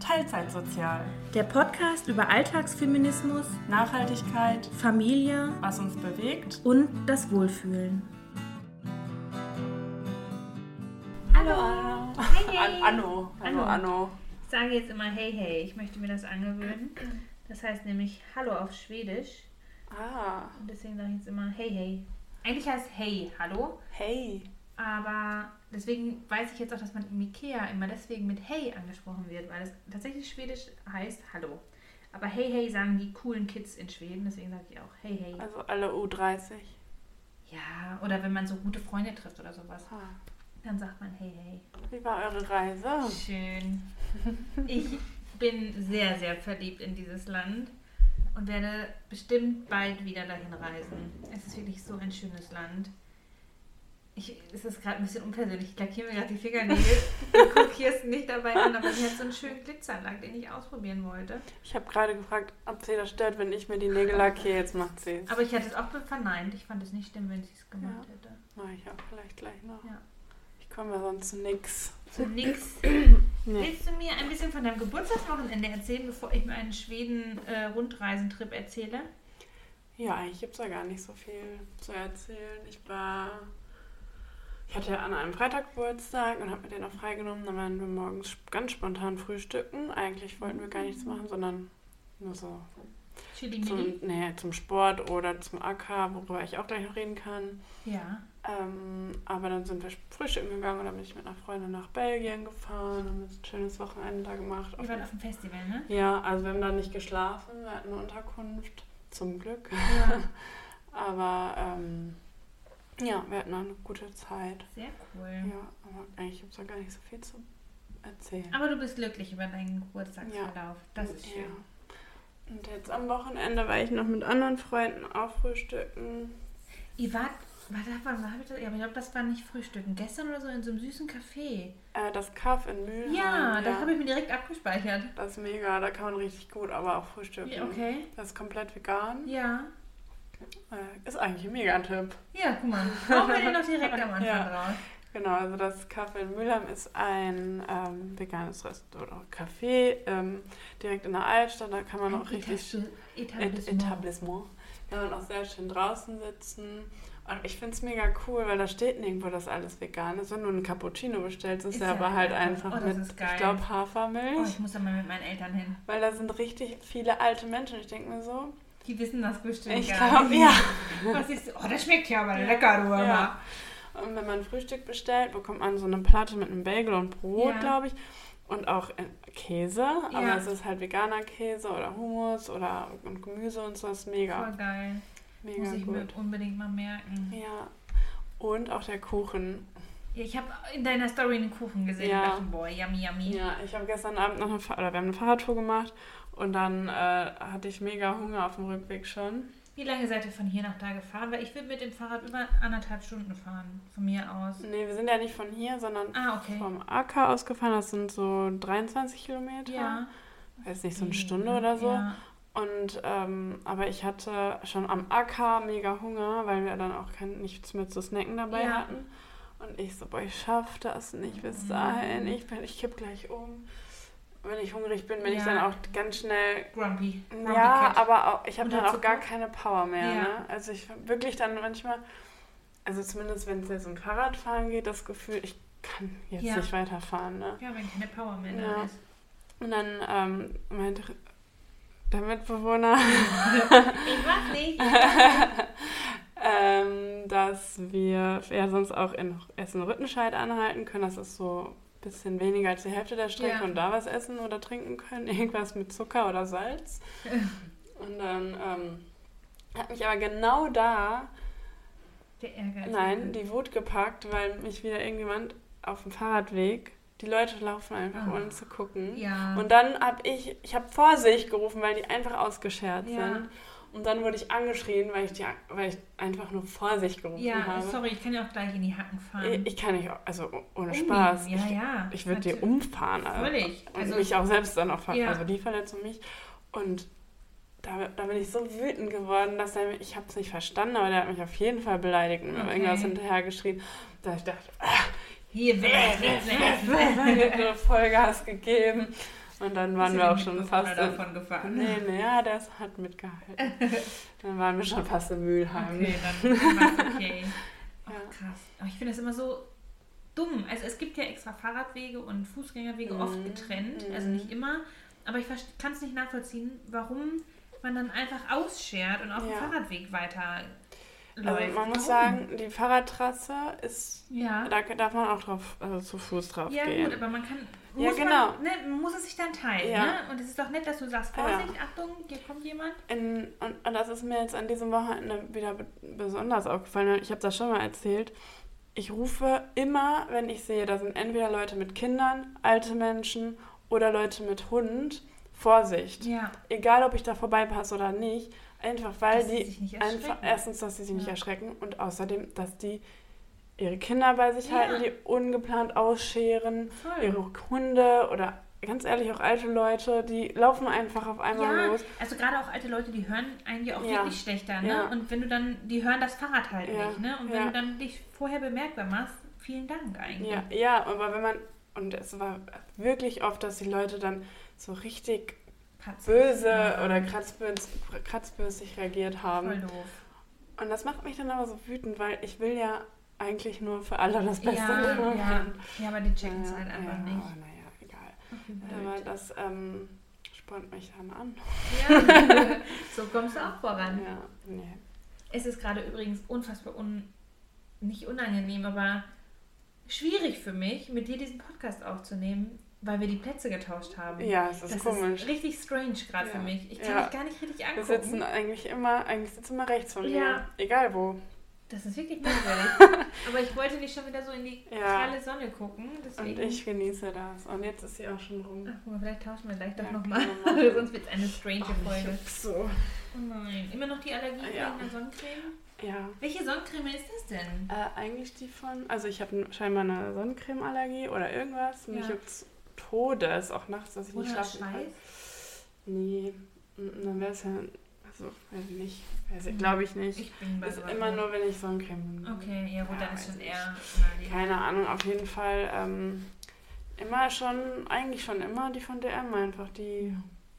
Teilzeitsozial. Der Podcast über Alltagsfeminismus, Nachhaltigkeit, Familie, was uns bewegt und das Wohlfühlen. Hallo. Hey. Anno. Ich sage jetzt immer hey, hey. Ich möchte mir das angewöhnen. Das heißt nämlich Hallo auf Schwedisch. Und deswegen sage ich jetzt immer hey, hey. Eigentlich heißt hey, hallo. Hey. Aber deswegen weiß ich jetzt auch, dass man im Ikea immer deswegen mit hey angesprochen wird, weil es tatsächlich Schwedisch heißt hallo. Aber hey, hey sagen die coolen Kids in Schweden, deswegen sage ich auch hey, hey. Also alle U30. Ja, oder wenn man so gute Freunde trifft oder sowas, dann sagt man hey, hey. Wie war eure Reise? Schön. Ich bin sehr, sehr verliebt in dieses Land und werde bestimmt bald wieder dahin reisen. Es ist wirklich so ein schönes Land. Es ist gerade ein bisschen unpersönlich. Ich lackiere mir gerade die Fingernägel. Ich gucke Kirsten nicht dabei an, aber sie hat so einen schönen Glitzerlack, den ich ausprobieren wollte. Ich habe gerade gefragt, ob sie das stört, wenn ich mir die Nägel lackiere. Jetzt macht sie es. Aber ich hatte es auch verneint. Ich fand es nicht schlimm, wenn sie es gemacht hätte. Mache ich auch vielleicht gleich noch. Ja. Ich komme ja sonst zu nix. Zu nix. Willst du mir ein bisschen von deinem Geburtstagswochenende erzählen, bevor ich mir einen Schweden-Rundreisentrip erzähle? Ja, eigentlich gibt es da gar nicht so viel zu erzählen. Ich hatte an einem Freitag Geburtstag und habe mir den auch freigenommen. Dann waren wir morgens ganz spontan frühstücken. Eigentlich wollten wir gar nichts machen, sondern nur so zum Sport oder zum AK, worüber ich auch gleich noch reden kann. Ja. Aber dann sind wir frühstücken gegangen und dann bin ich mit einer Freundin nach Belgien gefahren, haben ein schönes Wochenende da gemacht. Wir waren auf dem Festival, ne? Ja, also wir haben da nicht geschlafen, wir hatten eine Unterkunft, zum Glück. Ja. Aber ja, wir hatten eine gute Zeit. Sehr cool. Ja, aber eigentlich gibt es da gar nicht so viel zu erzählen. Aber du bist glücklich über deinen Geburtstagsverlauf. Das ist schön. Ja. Und jetzt am Wochenende war ich noch mit anderen Freunden auch frühstücken. Ihr wart, wann habe ich das? Ja, aber ich glaube, das war nicht frühstücken. Gestern oder so in so einem süßen Café. Das Kaff in Mülheim. Ja, das habe ich mir direkt abgespeichert. Das ist mega, da kann man richtig gut aber auch frühstücken. Ja, okay. Das ist komplett vegan. Ja. Ist eigentlich ein Mega-Tipp. Ja, guck mal. Hauen wir den noch direkt am Anfang raus. Genau, also das Café in Mülheim ist ein veganes Restaurant oder Café direkt in der Altstadt. Da kann man auch richtig Etablissement. Da kann man auch sehr schön draußen sitzen. Und ich finde es mega cool, weil da steht nirgendwo, dass alles vegan ist. Wenn du einen Cappuccino bestellst, ist der aber halt einfach mit, ich glaube, Hafermilch. Oh, ich muss da mal mit meinen Eltern hin. Weil da sind richtig viele alte Menschen. Ich denke mir so, die wissen das bestimmt ich glaube, ja. Was ist, das schmeckt ja aber lecker, du Mama. Ja. Und wenn man Frühstück bestellt, bekommt man so eine Platte mit einem Bagel und Brot, glaube ich. Und auch Käse. Aber es ist halt veganer Käse oder Hummus oder Gemüse und so. Das ist mega. Voll geil. Mega muss ich gut. mir unbedingt mal merken. Ja. Und auch der Kuchen. Ja, ich habe in deiner Story einen Kuchen gesehen. Ja. Ich dachte, boah, yummy, yummy. Ja, ich habe gestern Abend noch wir haben eine Fahrradtour gemacht. Und dann hatte ich mega Hunger auf dem Rückweg schon. Wie lange seid ihr von hier nach da gefahren? Weil ich will mit dem Fahrrad über 1,5 Stunden fahren, von mir aus. Nee, wir sind ja nicht von hier, sondern okay. vom AK aus gefahren. Das sind so 23 Kilometer. Ja. Weiß nicht, so eine Stunde oder so. Ja. Und, aber ich hatte schon am AK mega Hunger, weil wir dann auch nichts mehr zu snacken dabei hatten. Und ich so, boah, ich schaff das nicht bis dahin. Ich kipp gleich um. Wenn ich hungrig bin, bin ich dann auch ganz schnell Grumpy ja, Cat. aber auch, ich habe dann auch gar keine Power mehr. Ja. Ne? Also ich wirklich dann manchmal, also zumindest wenn es jetzt um Fahrradfahren geht, das Gefühl, ich kann jetzt nicht weiterfahren. Ne? Ja, wenn keine Power mehr da ist. Und dann meinte der Mitbewohner, ich mach nicht. dass wir sonst auch in Essen-Rüttenscheid anhalten können. Das ist so bisschen weniger als die Hälfte der Strecke und da was essen oder trinken können. Irgendwas mit Zucker oder Salz. Und dann hat mich aber genau da die Wut gepackt, weil mich wieder irgendjemand auf dem Fahrradweg, die Leute laufen einfach, ohne zu gucken. Ja. Und dann habe ich habe Vorsicht gerufen, weil die einfach ausgeschert sind. Und dann wurde ich angeschrien, weil ich einfach nur Vorsicht gerufen habe. Ja, sorry, ich kann ja auch gleich in die Hacken fahren. Ich kann nicht, also ohne Spaß. Ja, ich würde dir umfahren. Völlig. Und mich auch selbst dann auch also die Verletzung mich. Und da bin ich so wütend geworden, dass ich habe es nicht verstanden, aber der hat mich auf jeden Fall beleidigt und mir irgendwas hinterhergeschrien. Da ich dachte, hier, weg. Vollgas gegeben. Und dann waren wir auch schon fast davon gefahren. Nee, ja, der hat mitgehalten. Dann waren wir schon fast in Mülheim. Okay, dann war es okay. Oh, Ja. krass. Aber ich finde das immer so dumm. Also es gibt ja extra Fahrradwege und Fußgängerwege oft getrennt. Also nicht immer. Aber ich kann es nicht nachvollziehen, warum man dann einfach ausschert und auf dem Fahrradweg weiter läuft. Also man muss sagen, die Fahrradtrasse ist, ja. Da darf man auch drauf, also zu Fuß drauf gehen. Ja gut, aber man kann, man muss es sich dann teilen. Ja. Ne? Und es ist doch nett, dass du sagst, Vorsicht, Achtung, hier kommt jemand. Und das ist mir jetzt an diesem Wochenende wieder besonders aufgefallen. Ich habe das schon mal erzählt. Ich rufe immer, wenn ich sehe, da sind entweder Leute mit Kindern, alte Menschen oder Leute mit Hund, Vorsicht. Ja. Egal, ob ich da vorbeipasse oder nicht. Einfach, weil dass die einfach, erstens, dass sie sich nicht erschrecken und außerdem, dass die ihre Kinder bei sich halten, die ungeplant ausscheren, ihre Hunde oder ganz ehrlich auch alte Leute, die laufen einfach auf einmal los. Also gerade auch alte Leute, die hören einen ja auch wirklich schlechter, ne? Ja. Und wenn du dann, die hören das Fahrrad halt nicht, ne? Und wenn du dann dich vorher bemerkbar machst, vielen Dank eigentlich. Ja, aber wenn man, und es war wirklich oft, dass die Leute dann so richtig böse oder kratzbürstig reagiert haben. Voll doof. Und das macht mich dann aber so wütend, weil ich will ja eigentlich nur für alle das Beste. Ja, aber die checken es halt einfach nicht. Aber naja, egal. Aber das spornt mich dann an. Ja, so kommst du auch voran. Ja, nee. Es ist gerade übrigens unfassbar nicht unangenehm, aber schwierig für mich, mit dir diesen Podcast aufzunehmen, weil wir die Plätze getauscht haben. Ja, es ist komisch. Das ist richtig strange gerade für mich. Ich kann mich gar nicht richtig angucken. Wir sitzen eigentlich immer rechts von mir. Egal wo. Das ist wirklich merkwürdig. Aber ich wollte nicht schon wieder so in die kalle Sonne gucken. Deswegen. Und ich genieße das. Und jetzt ist sie auch schon rum. Ach, guck mal, vielleicht tauschen wir gleich doch nochmal. Sonst wird es eine strange Folge. So. Oh nein. Immer noch die Allergie wegen der Sonnencreme? Ja. Welche Sonnencreme ist das denn? Eigentlich die von... Also ich habe scheinbar eine Sonnencremeallergie oder irgendwas. Mich juckt's Todes, auch nachts, dass ich nicht schlafen kann. Nee, dann wäre es ja... Also, weiß ich nicht. Glaube ich nicht. Ich bin bei ist immer nur, wenn ich Sonnencreme nehme. Okay, ja gut, dann ist schon eher... Keine Ahnung, auf jeden Fall eigentlich schon immer die von DM einfach, die...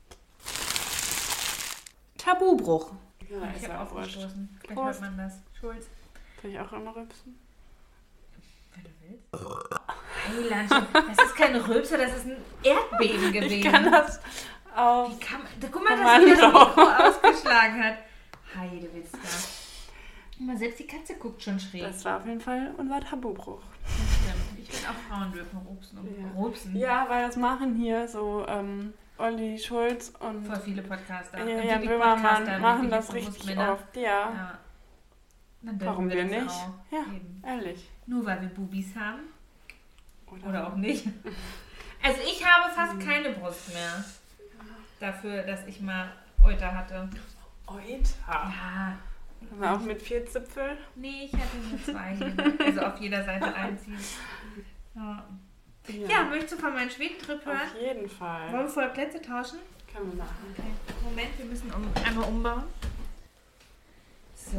Tabubruch. Ja, ich habe aufgestoßen. Vielleicht hört man das. Schulz. Soll ich auch immer rübsen? Wenn du willst. Hey, Lange, das ist kein Rülpser, das ist ein Erdbeben gewesen. Ich kann das auch. Guck mal, dass wieder das Mikro ausgeschlagen hat. Heidewitzka. Guck mal, selbst die Katze guckt schon schräg. Das war auf jeden Fall unser Tabubruch. Das stimmt. Ich finde auch Frauen dürfen rupsen und rupsen. Ja, weil das machen hier so Olli Schulz und... Voll viele Podcaster. Ja, Böhmermann machen das richtig oft. Ja. Warum wir nicht? Auch. Ja, ehrlich. Nur weil wir Bubis haben. Oder auch nicht. Also ich habe fast keine Brust mehr. Dafür, dass ich mal Euter hatte. Euter? Ja. Auch mit 4 Zipfel? Nee, ich hatte nur 2. Also auf jeder Seite einziehen. Ja, möchtest du von meinem Schwedentrip hören? Auf jeden Fall. Wollen wir vorher Plätze tauschen? Können wir machen. Okay. Moment, wir müssen einmal umbauen. So.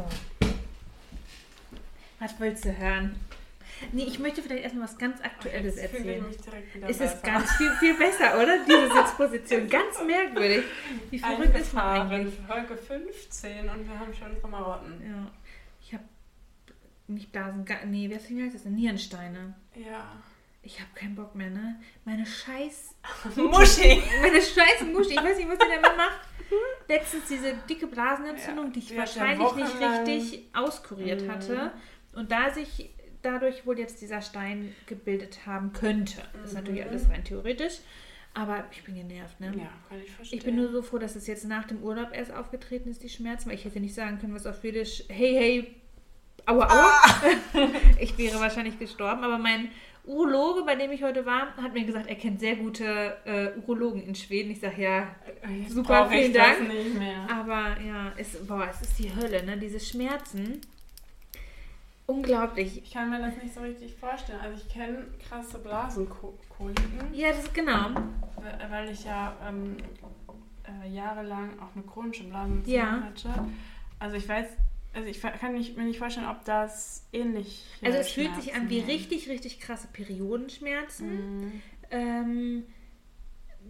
Was willst du hören? Nee, ich möchte vielleicht erstmal was ganz Aktuelles erzählen. Es ist ganz viel besser, oder? Diese Sitzposition. Ganz merkwürdig. Wie verrückt ist man eigentlich? Folge 15 und wir haben schon unsere Marotten. Ja. Ich habe nicht Blasen... Nee, wer heißt das denn? Nierensteine. Ja. Ich habe keinen Bock mehr, ne? Meine scheiß... Muschi! Meine scheiß Muschi. Ich weiß nicht, was die damit macht. Letztens diese dicke Blasenentzündung, die ich wahrscheinlich nicht richtig auskuriert hatte. Und dadurch wohl jetzt dieser Stein gebildet haben könnte. Das ist natürlich alles rein theoretisch. Aber ich bin genervt, ne? Ja, kann ich verstehen. Ich bin nur so froh, dass es jetzt nach dem Urlaub erst aufgetreten ist, die Schmerzen. Weil ich hätte nicht sagen können, was auf Schwedisch, hey, aua, aua. Ich wäre wahrscheinlich gestorben. Aber mein Urologe, bei dem ich heute war, hat mir gesagt, er kennt sehr gute Urologen in Schweden. Ich sage, ja, super, vielen Dank. Das nicht mehr. Aber ja, es ist die Hölle, ne? Diese Schmerzen. Unglaublich. Ich kann mir das nicht so richtig vorstellen. Also ich kenne krasse Blasenkoliken. Ja, das ist genau. Weil ich ja jahrelang auch eine chronische Blasenentzündung hatte. Also ich kann mir nicht vorstellen, ob das ähnlich ist. Also es fühlt sich an wie richtig, richtig krasse Periodenschmerzen.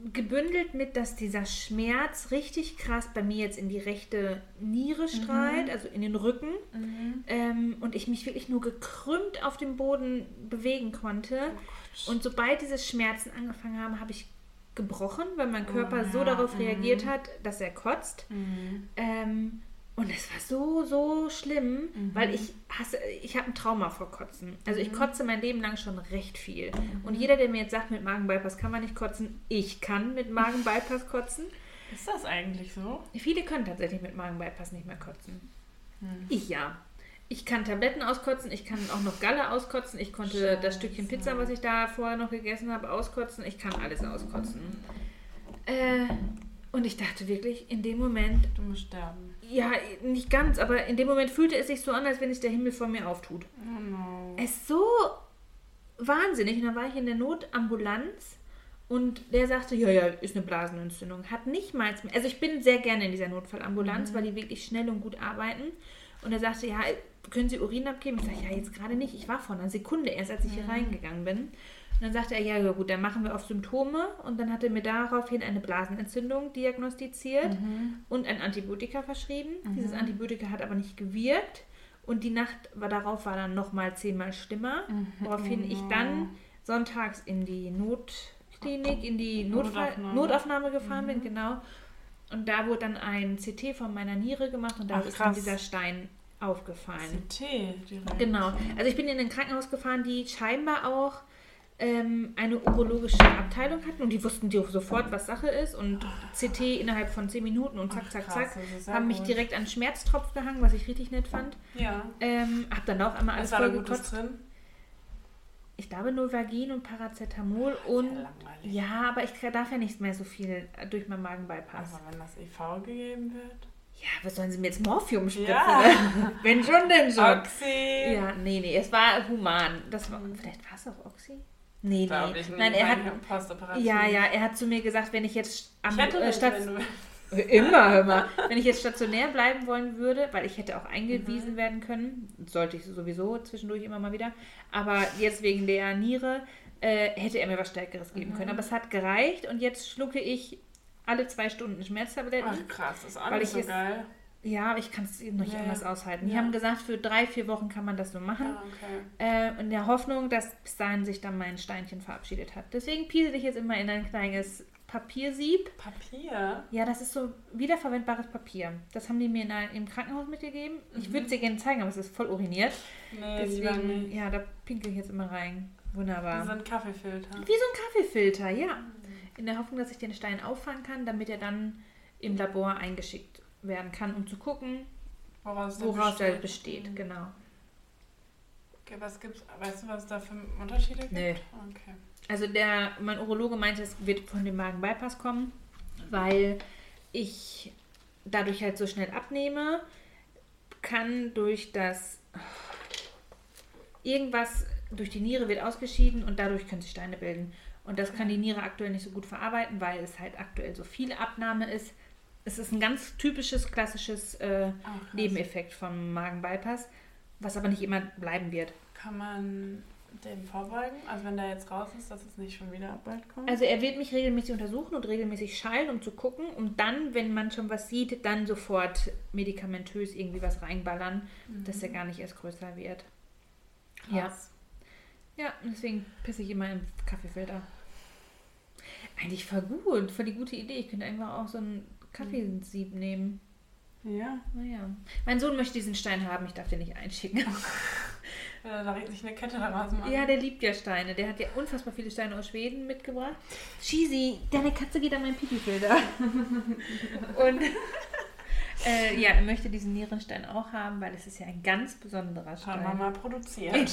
gebündelt mit, dass dieser Schmerz richtig krass bei mir jetzt in die rechte Niere strahlt, also in den Rücken. Und ich mich wirklich nur gekrümmt auf dem Boden bewegen konnte. Und sobald diese Schmerzen angefangen haben, habe ich gebrochen, weil mein Körper so darauf reagiert hat, dass er kotzt. Und es war so schlimm, weil ich habe ein Trauma vor Kotzen. Also ich kotze mein Leben lang schon recht viel. Und jeder, der mir jetzt sagt, mit Magen-Bypass kann man nicht kotzen, ich kann mit Magen-Bypass kotzen. Ist das eigentlich so? Viele können tatsächlich mit Magen-Bypass nicht mehr kotzen. Ich ja. Ich kann Tabletten auskotzen, ich kann auch noch Galle auskotzen, ich konnte das Stückchen Pizza, was ich da vorher noch gegessen habe, auskotzen. Ich kann alles auskotzen. Und ich dachte wirklich, in dem Moment... Du musst sterben. Ja, nicht ganz, aber in dem Moment fühlte es sich so an, als wenn sich der Himmel vor mir auftut. Oh no. Es ist so wahnsinnig. Und dann war ich in der Notambulanz und der sagte, ja, ist eine Blasenentzündung. Hat nicht mal... Also ich bin sehr gerne in dieser Notfallambulanz, weil die wirklich schnell und gut arbeiten. Und er sagte, ja, können Sie Urin abgeben? Ich sage, ja, jetzt gerade nicht. Ich war vor einer Sekunde erst, als ich hier reingegangen bin. Und dann sagte er, ja gut, dann machen wir auf Symptome. Und dann hat er mir daraufhin eine Blasenentzündung diagnostiziert und ein Antibiotika verschrieben. Dieses Antibiotika hat aber nicht gewirkt. Und die Nacht darauf war dann nochmal 10-mal schlimmer. Woraufhin ich dann sonntags in die Notklinik, in die Notaufnahme gefahren bin, genau. Und da wurde dann ein CT von meiner Niere gemacht und da ist dann dieser Stein aufgefallen. CT direkt. Genau. Also ich bin in ein Krankenhaus gefahren, die scheinbar auch eine urologische Abteilung hatten und die wussten sofort, was Sache ist und CT innerhalb von 10 Minuten und zack, haben mich direkt an Schmerztropf gehangen, was ich richtig nett fand. Ja. Hab dann auch einmal alles voll gekotzt. drin? Ich glaube Novagin und Paracetamol und ja, aber ich darf ja nicht mehr so viel durch meinen Magen-Bypass. Aber wenn das IV gegeben wird? Ja, was sollen sie mir jetzt Morphium spritzen? Ja. Wenn schon, denn schon. Oxy. Ja, nee, es war human. Das war, vielleicht war es auch Oxy? Nee. Nein, er hat... Ja, er hat zu mir gesagt, wenn ich jetzt hör mal. Wenn ich jetzt stationär bleiben wollen würde, weil ich hätte auch eingewiesen werden können, sollte ich sowieso zwischendurch immer mal wieder, aber jetzt wegen der Niere hätte er mir was Stärkeres geben können. Aber es hat gereicht und jetzt schlucke ich alle 2 Stunden Schmerztabletten. Ach krass, das ist auch nicht so geil. Ja, ich kann es noch nicht anders aushalten. Die haben gesagt, für 3-4 Wochen kann man das so machen. In der Hoffnung, dass bis dahin sich dann mein Steinchen verabschiedet hat. Deswegen piesel ich jetzt immer in ein kleines Papiersieb. Papier? Ja, das ist so wiederverwendbares Papier. Das haben die mir im Krankenhaus mitgegeben. Ich würde es dir gerne zeigen, aber es ist voll uriniert. Nee, deswegen, ja, da pinkel ich jetzt immer rein. Wunderbar. Wie so ein Kaffeefilter. Wie so ein Kaffeefilter, ja. In der Hoffnung, dass ich den Stein auffangen kann, damit er dann im Labor eingeschickt werden kann, um zu gucken, woraus er besteht. Genau. Okay, weißt du, was es da für Unterschiede gibt? Nee. Okay. Also mein Urologe meinte, es wird von dem Magen-Bypass kommen, weil ich dadurch halt so schnell abnehme, kann durch das irgendwas durch die Niere wird ausgeschieden und dadurch können sich Steine bilden. Und das kann die Niere aktuell nicht so gut verarbeiten, weil es halt aktuell so viel Abnahme ist. Es ist ein ganz typisches, klassisches Nebeneffekt vom Magen-Bypass, was aber nicht immer bleiben wird. Kann man dem vorbeugen? Also wenn der jetzt raus ist, dass es nicht schon wieder bald kommt? Also er wird mich regelmäßig untersuchen und regelmäßig schallen, um zu gucken. Und dann, wenn man schon was sieht, dann sofort medikamentös irgendwie was reinballern, dass er gar nicht erst größer wird. Krass. Ja, deswegen pisse ich immer im Kaffeefilter. Eigentlich voll gut, voll die gute Idee. Ich könnte einfach auch so ein Kaffeesieb nehmen. Ja. Naja. Mein Sohn möchte diesen Stein haben, ich darf den nicht einschicken. Ja, da regt sich eine Kette daraus machen. Ja, der liebt ja Steine. Der hat ja unfassbar viele Steine aus Schweden mitgebracht. Cheesy, deine Katze geht an meinen Pipi-Filter. Und er möchte diesen Nierenstein auch haben, weil es ist ja ein ganz besonderer Stein. Haben wir mal produziert.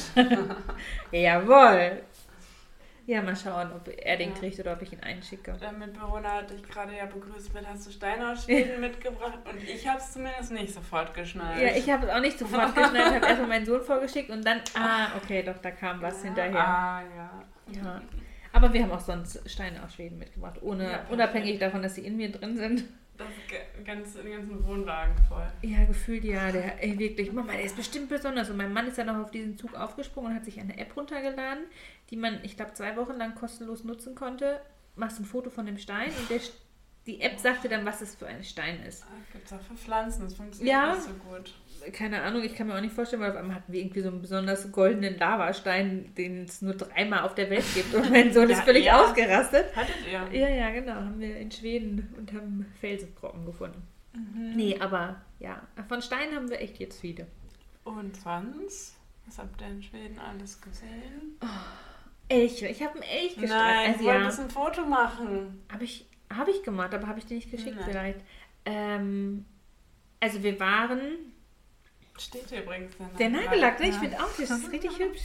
Jawohl. Ja, mal schauen, ob er den kriegt oder ob ich ihn einschicke. Der Mitbewohner hat dich gerade ja begrüßt mit, hast du Steine aus Schweden mitgebracht? Und ich habe es zumindest nicht sofort geschnallt. Ja, ich habe es auch nicht sofort geschnallt. Ich habe erstmal meinen Sohn vorgeschickt und dann, okay, doch, da kam was hinterher. Ja. Aber wir haben auch sonst Steine aus Schweden mitgebracht, unabhängig davon, dass sie in mir drin sind. Das ist den ganzen Wohnwagen voll. Ja, gefühlt ja. Wirklich, Mama, der ist bestimmt besonders. Und mein Mann ist dann noch auf diesen Zug aufgesprungen und hat sich eine App runtergeladen, die man, ich glaube, 2 Wochen lang kostenlos nutzen konnte. machst ein Foto von dem Stein und die App sagt dir dann, was es für ein Stein ist. Gibt es auch für Pflanzen, das funktioniert nicht so gut. Keine Ahnung, ich kann mir auch nicht vorstellen, weil auf einmal hatten wir irgendwie so einen besonders goldenen Lavastein, den es nur 3-mal auf der Welt gibt. Und mein Sohn ist völlig ausgerastet. Hattet ihr? Ja, genau. Haben wir in Schweden und haben Felsenbrocken gefunden. Nee, aber ja, von Steinen haben wir echt jetzt viele. Und sonst? Was habt ihr in Schweden alles gesehen? Elche. Ich habe einen Elch gestreift. Nein, du wolltest ein Foto machen. Habe ich gemacht, aber habe ich dir nicht geschickt vielleicht. Also wir waren... Steht hier übrigens der Nagellack, ne? Ich finde auch, das ist richtig hübsch.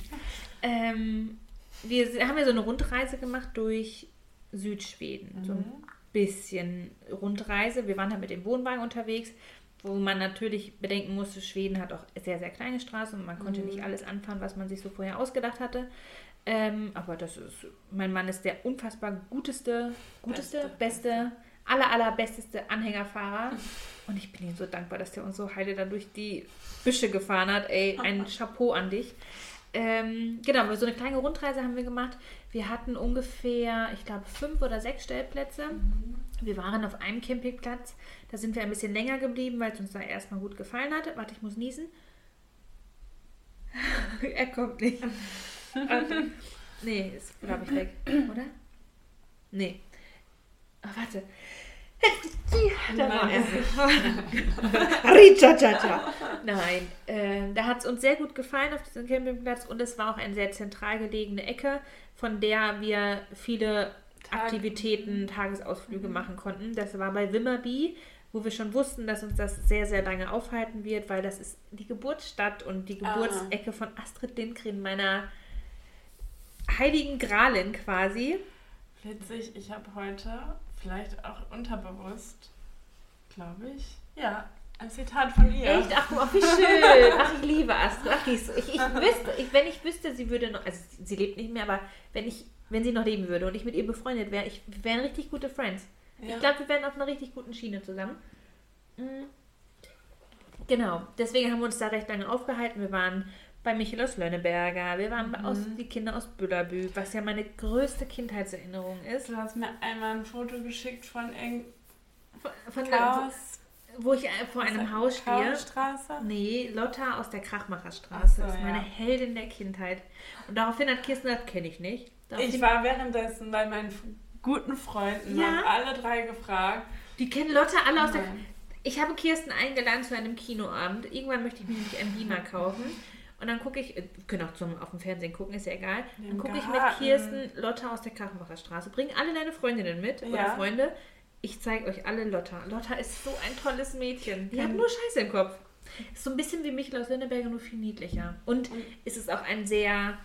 Wir haben ja so eine Rundreise gemacht durch Südschweden. So ein bisschen Rundreise. Wir waren halt mit dem Wohnwagen unterwegs, wo man natürlich bedenken musste, Schweden hat auch sehr, sehr kleine Straßen und man konnte nicht alles anfahren, was man sich so vorher ausgedacht hatte. Aber mein Mann ist der unfassbar beste, allerbesteste Anhängerfahrer. Und ich bin ihm so dankbar, dass der uns so heile dann durch die Büsche gefahren hat. Ey, ein Chapeau an dich. Genau, so eine kleine Rundreise haben wir gemacht. Wir hatten ungefähr, ich glaube, 5 oder 6 Stellplätze. Wir waren auf einem Campingplatz. Da sind wir ein bisschen länger geblieben, weil es uns da erstmal gut gefallen hatte. Warte, ich muss niesen. Er kommt nicht. Nee, ist, glaube ich, weg, oder? Nee. Oh, warte. Da war er. Nein, da hat es uns sehr gut gefallen auf diesem Campingplatz und es war auch eine sehr zentral gelegene Ecke, von der wir viele Aktivitäten, Tagesausflüge machen konnten. Das war bei Vimmerby, wo wir schon wussten, dass uns das sehr, sehr lange aufhalten wird, weil das ist die Geburtsstadt und die Geburtsecke von Astrid Lindgren, meiner heiligen Gralin quasi. Witzig, ich habe heute, vielleicht auch unterbewusst, glaube ich, ein Zitat von ihr. Echt? Ach, wie schön. Ach, ich liebe Astrid. Ach, wenn ich wüsste, sie würde noch, also sie lebt nicht mehr, aber wenn sie noch leben würde und ich mit ihr befreundet wäre, wir wären richtig gute Friends. Ja. Ich glaube, wir wären auf einer richtig guten Schiene zusammen. Genau, deswegen haben wir uns da recht lange aufgehalten. Wir waren bei Michael aus Lönneberger, wir waren die Kinder aus Büllerbü, was ja meine größte Kindheitserinnerung ist. Du hast mir einmal ein Foto geschickt von wo ich vor einem Haus stehe. Straße? Nee, Lotta aus der Krachmacherstraße. Das ist meine Heldin der Kindheit. Und daraufhin hat Kirsten gesagt, kenne ich nicht. Ich war währenddessen bei meinen guten Freunden, haben alle 3 gefragt. Die kennen Lotta alle aus der... Ich habe Kirsten eingeladen zu einem Kinoabend. Irgendwann möchte ich mir nämlich einen Beamer kaufen. Und dann gucke ich, wir können auch auf dem Fernsehen gucken, ist ja egal. Dann gucke ich mit Kirsten Lotta aus der Krachmacherstraße. Bring alle deine Freundinnen mit oder Freunde. Ich zeige euch alle Lotta. Lotta ist so ein tolles Mädchen. Die hat nur Scheiße im Kopf. Ist so ein bisschen wie Michael aus Lönneberger, nur viel niedlicher. Und ist es auch ein sehr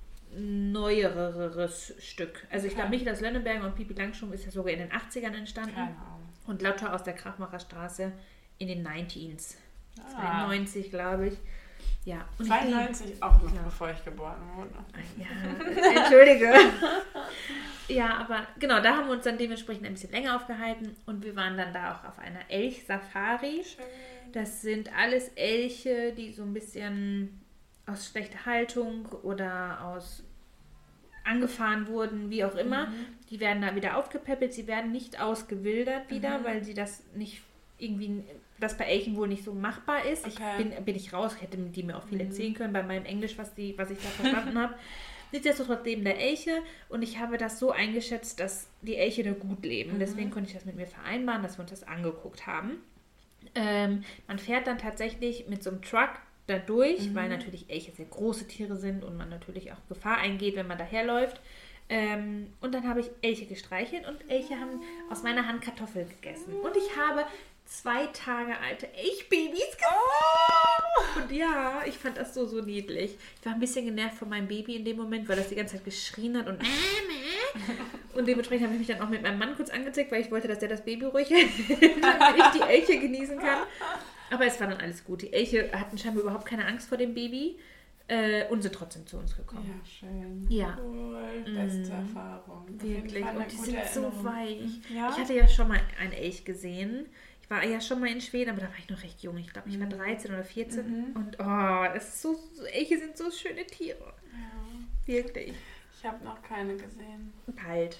neueres Stück. Also ich glaube, Michael aus Lönneberger und Pipi Langstrumpf ist ja sogar in den 80ern entstanden. Keine Ahnung. Und Lotta aus der Krachmacherstraße in den 90s. 92, glaube ich. Ja. Und 92 auch noch, bevor ich geboren wurde. Ja, entschuldige. Ja, aber genau, da haben wir uns dann dementsprechend ein bisschen länger aufgehalten und wir waren dann da auch auf einer Elch-Safari. Schön. Das sind alles Elche, die so ein bisschen aus schlechter Haltung oder aus angefahren wurden, wie auch immer. Die werden da wieder aufgepäppelt, sie werden nicht ausgewildert wieder, weil sie das nicht irgendwie, das bei Elchen wohl nicht so machbar ist. Okay. Bin ich raus, hätte die mir auch viel erzählen können bei meinem Englisch, was ich da verstanden habe. Nichtsdestotrotz leben da Elche und ich habe das so eingeschätzt, dass die Elche da gut leben. Deswegen konnte ich das mit mir vereinbaren, dass wir uns das angeguckt haben. Man fährt dann tatsächlich mit so einem Truck da durch, weil natürlich Elche sehr große Tiere sind und man natürlich auch Gefahr eingeht, wenn man daherläuft. Und dann habe ich Elche gestreichelt und Elche haben aus meiner Hand Kartoffeln gegessen. Und ich habe 2 Tage alte Elchbabys gesehen. Und ja, ich fand das so niedlich. Ich war ein bisschen genervt von meinem Baby in dem Moment, weil das die ganze Zeit geschrien hat und und dementsprechend habe ich mich dann auch mit meinem Mann kurz angezeigt, weil ich wollte, dass der das Baby ruhig hält, damit ich die Elche genießen kann. Aber es war dann alles gut. Die Elche hatten scheinbar überhaupt keine Angst vor dem Baby und sind trotzdem zu uns gekommen. Ja, schön. Ja. Cool. Beste Erfahrung. Wirklich. Und die sind so weich. Ja? Ich hatte ja schon mal einen Elch gesehen. Ich war ja schon mal in Schweden, aber da war ich noch recht jung. Ich glaube, ich war 13 oder 14. Und Elche sind so schöne Tiere. Ja. Wirklich. Ich habe noch keine gesehen. Bald.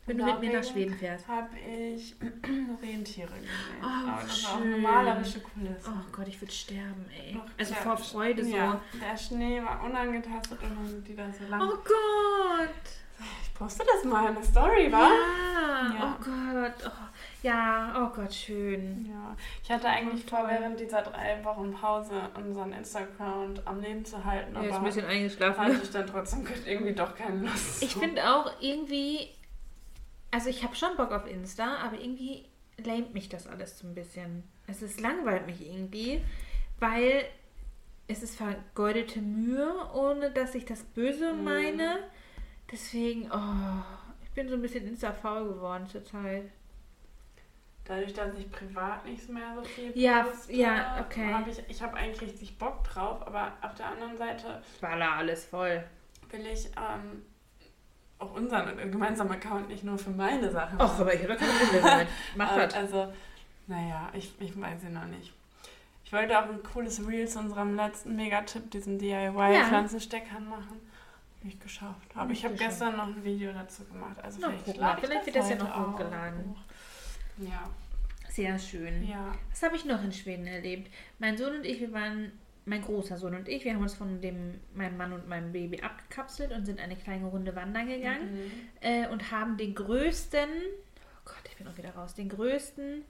wenn du mit mir nach Schweden fährst? Habe ich Rentiere gesehen. Oh, aber das war auch schön. eine malerische Kulisse. Oh Gott, ich würde sterben, ey. Doch, Also der vor Freude so. Ja, der Schnee war unangetastet und dann die da so lang. Oh Gott. Ich poste das mal in der Story, wa? Ja. Oh Gott. Oh. Ja, oh Gott, schön. Ja, ich hatte eigentlich vor, während dieser 3 Wochen Pause unseren Instagram am Leben zu halten, Ja, ist aber ein bisschen eingeschlafen. hatte ich dann trotzdem irgendwie doch keine Lust. Ich finde auch irgendwie, also ich habe schon Bock auf Insta, aber irgendwie lähmt mich das alles so ein bisschen. Es langweilt mich irgendwie, weil es ist vergeudete Mühe, ohne dass ich das Böse meine. Deswegen, ich bin so ein bisschen Insta-faul geworden zur Zeit. Dadurch, dass ich privat nicht mehr so viel poste, okay. Ich habe eigentlich richtig Bock drauf, aber auf der anderen Seite baller alles voll. Will ich auch unseren gemeinsamen Account nicht nur für meine Sachen machen. Ach, aber ich habe keine Probleme damit. Mach das. Also, naja, ich weiß ja noch nicht. Ich wollte auch ein cooles Reel zu unserem letzten Megatipp, diesen DIY-Pflanzensteckern machen. Nicht geschafft. Aber ich habe gestern noch ein Video dazu gemacht. Also vielleicht wird das ja noch hochgeladen. Ja. Sehr schön. Ja. Was habe ich noch in Schweden erlebt? Mein Sohn und ich, mein großer Sohn und ich, wir haben uns von meinem Mann und meinem Baby abgekapselt und sind eine kleine Runde wandern gegangen und haben den größten, oh Gott, ich bin auch wieder raus, den größten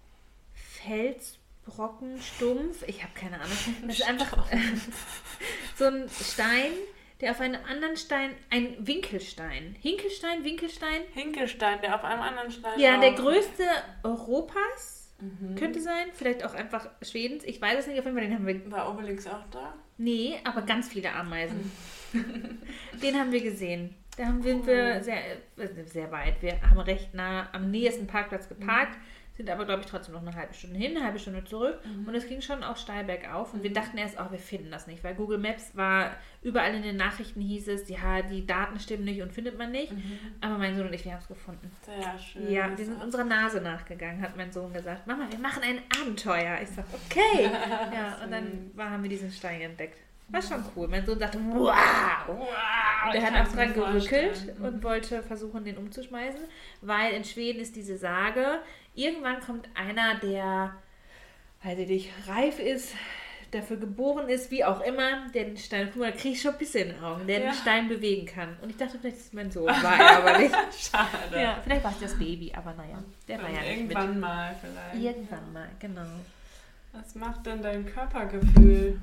Felsbrocken, Stumpf, ich habe keine Ahnung, das ist einfach so ein Stein, der auf einem anderen Stein, ein Winkelstein, Hinkelstein, der auf einem anderen Stein ja, der größte Europas, könnte sein, vielleicht auch einfach Schwedens, ich weiß es nicht, auf jeden Fall, den haben wir... War Obelix auch da? Nee, aber ganz viele Ameisen. Den haben wir gesehen. Da haben wir sehr weit, wir haben recht nah am nächsten Parkplatz geparkt, sind aber, glaube ich, trotzdem noch eine halbe Stunde hin, eine halbe Stunde zurück. Und es ging schon auch steil bergauf. Und wir dachten erst, wir finden das nicht. Weil Google Maps war, überall in den Nachrichten hieß es, ja, die Daten stimmen nicht und findet man nicht. Aber mein Sohn und ich, wir haben es gefunden. Sehr schön. Ja, wir sind unserer Nase nachgegangen, hat mein Sohn gesagt. Mama, wir machen ein Abenteuer. Ich sag, okay. Ja, und dann haben wir diesen Stein entdeckt. War schon cool. Mein Sohn sagte, wow. Und er hat auch dran gerückelt und wollte versuchen, den umzuschmeißen. Weil in Schweden ist diese Sage, irgendwann kommt einer, der, weiß ich nicht, reif ist, dafür geboren ist, wie auch immer, der den Stein, guck mal, da kriege ich schon ein bisschen in den Augen, der den Stein bewegen kann. Und ich dachte, vielleicht ist es mein Sohn, war er aber nicht. Schade. Ja, vielleicht war es das Baby, aber naja, der war ja nicht irgendwann mit. Mal vielleicht. Irgendwann mal, genau. Was macht denn dein Körpergefühl?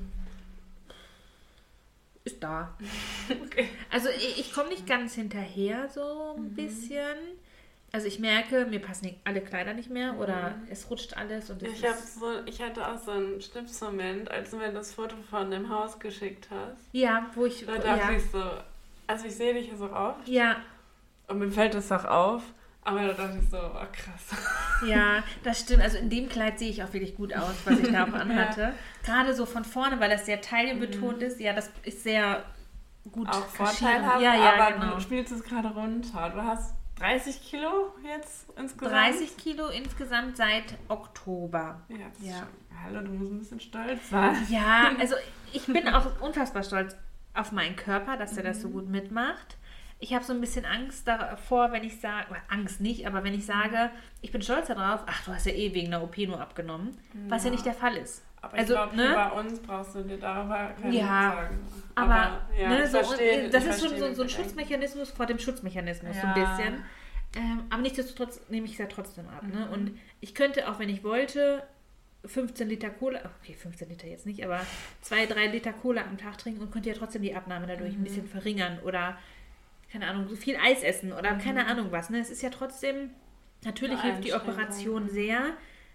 Ist da. Okay. Also ich komme nicht ganz hinterher so ein bisschen. Also ich merke, mir passen alle Kleider nicht mehr oder es rutscht alles. Und ich hatte auch so einen Schnipsmoment, als du mir das Foto von dem Haus geschickt hast. Ja, wo ich... Da dachte ich so, also ich sehe dich hier so oft. Ja. Und mir fällt das auch auf. Aber da dachte ich so, krass. Ja, das stimmt. Also in dem Kleid sehe ich auch wirklich gut aus, was ich da auch anhatte. Gerade so von vorne, weil das sehr taillenbetont ist. Ja, das ist sehr gut. Auch vorteilhaft, aber genau. Du spielst es gerade runter. Du hast 30 Kilo jetzt insgesamt? 30 Kilo insgesamt seit Oktober. Ja. Hallo, du musst ein bisschen stolz sein. Ja, also ich bin auch unfassbar stolz auf meinen Körper, dass er das so gut mitmacht. Ich habe so ein bisschen Angst davor, wenn ich sage, Angst nicht, aber wenn ich sage, ich bin stolz darauf, ach, du hast ja wegen einer OP nur abgenommen, was ja nicht der Fall ist. Aber ich glaube, bei uns brauchst du dir darüber keine sagen. Aber verstehe, das ist schon so ein Schutzmechanismus vor dem Schutzmechanismus, so ein bisschen. Aber nichtsdestotrotz nehme ich es ja trotzdem ab. Ne? Und ich könnte, auch wenn ich wollte, 15 Liter Cola, okay, 15 Liter jetzt nicht, aber 2-3 Liter Cola am Tag trinken und könnte ja trotzdem die Abnahme dadurch ein bisschen verringern oder keine Ahnung, so viel Eis essen oder keine Ahnung was. Ne? Es ist ja trotzdem, natürlich hilft die Operation sehr,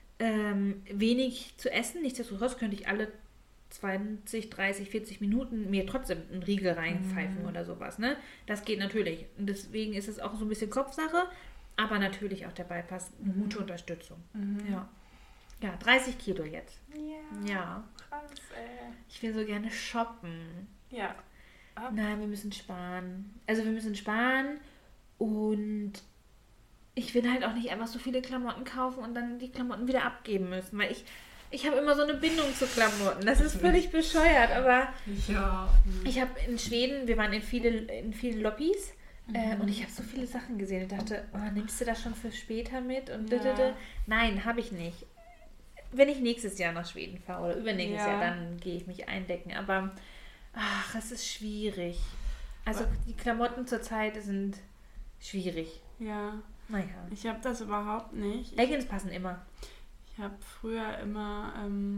wenig zu essen. Nichtsdestotrotz könnte ich alle 20, 30, 40 Minuten mir trotzdem einen Riegel reinpfeifen oder sowas. Ne? Das geht natürlich. Und deswegen ist es auch so ein bisschen Kopfsache, aber natürlich auch der Bypass eine gute Unterstützung. Ja, 30 Kilo jetzt. Ja. Krass, ey. Ich will so gerne shoppen. Ja. Nein, wir müssen sparen. Also wir müssen sparen und ich will halt auch nicht einfach so viele Klamotten kaufen und dann die Klamotten wieder abgeben müssen, weil ich habe immer so eine Bindung zu Klamotten. Das ist völlig bescheuert, aber ich habe in Schweden, wir waren in vielen Lobbys, Und ich habe so viele Sachen gesehen und dachte, nimmst du das schon für später mit? Und nein, habe ich nicht. Wenn ich nächstes Jahr nach Schweden fahre oder übernächstes Jahr, dann gehe ich mich eindecken. Aber es ist schwierig. Also die Klamotten zurzeit sind schwierig. Ja. Naja. Ich habe das überhaupt nicht. Leggings passen immer. Ich habe früher immer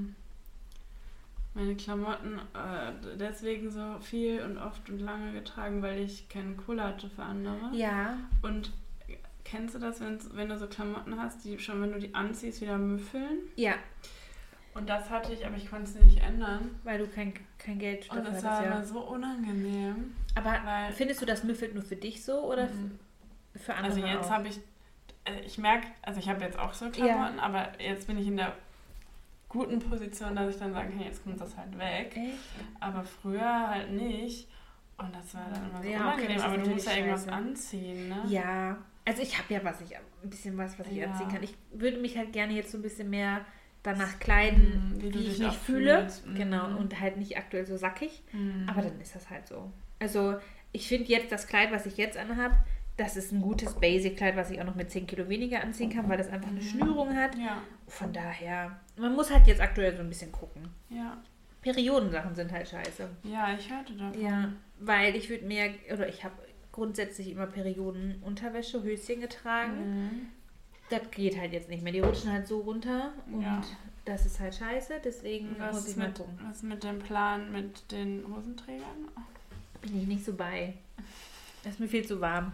meine Klamotten deswegen so viel und oft und lange getragen, weil ich keine Kohle hatte für andere. Ja. Und kennst du das, wenn du so Klamotten hast, die schon, wenn du die anziehst, wieder müffeln? Ja. Und das hatte ich, aber ich konnte es nicht ändern. Weil du kein Geld dafür hattest. Und das war immer so unangenehm. Aber findest du, das müffelt nur für dich so oder für andere Also jetzt habe ich merke, also ich habe jetzt auch so Klamotten, aber jetzt bin ich in der guten Position, dass ich dann sage, hey, jetzt kommt das halt weg. Echt? Aber früher halt nicht. Und das war dann immer so unangenehm. Okay, aber du musst ja irgendwas anziehen, ne? Ja. Also ich habe ja was ich anziehen kann. Ich würde mich halt gerne jetzt so ein bisschen mehr danach kleiden, wie ich mich fühle. Genau. Und halt nicht aktuell so sackig. Aber dann ist das halt so. Also ich finde jetzt das Kleid, was ich jetzt anhabe, das ist ein gutes Basic-Kleid, was ich auch noch mit 10 Kilo weniger anziehen kann, weil das einfach eine Schnürung hat. Ja. Von daher, man muss halt jetzt aktuell so ein bisschen gucken. Ja. Periodensachen sind halt scheiße. Ja, ich hörte davon. Ja, weil ich habe grundsätzlich immer Periodenunterwäsche, Höschen getragen. Das geht halt jetzt nicht mehr. Die rutschen halt so runter und das ist halt scheiße, deswegen muss ich mal gucken. Was mit dem Plan mit den Hosenträgern? Bin ich nicht so bei. Das ist mir viel zu warm.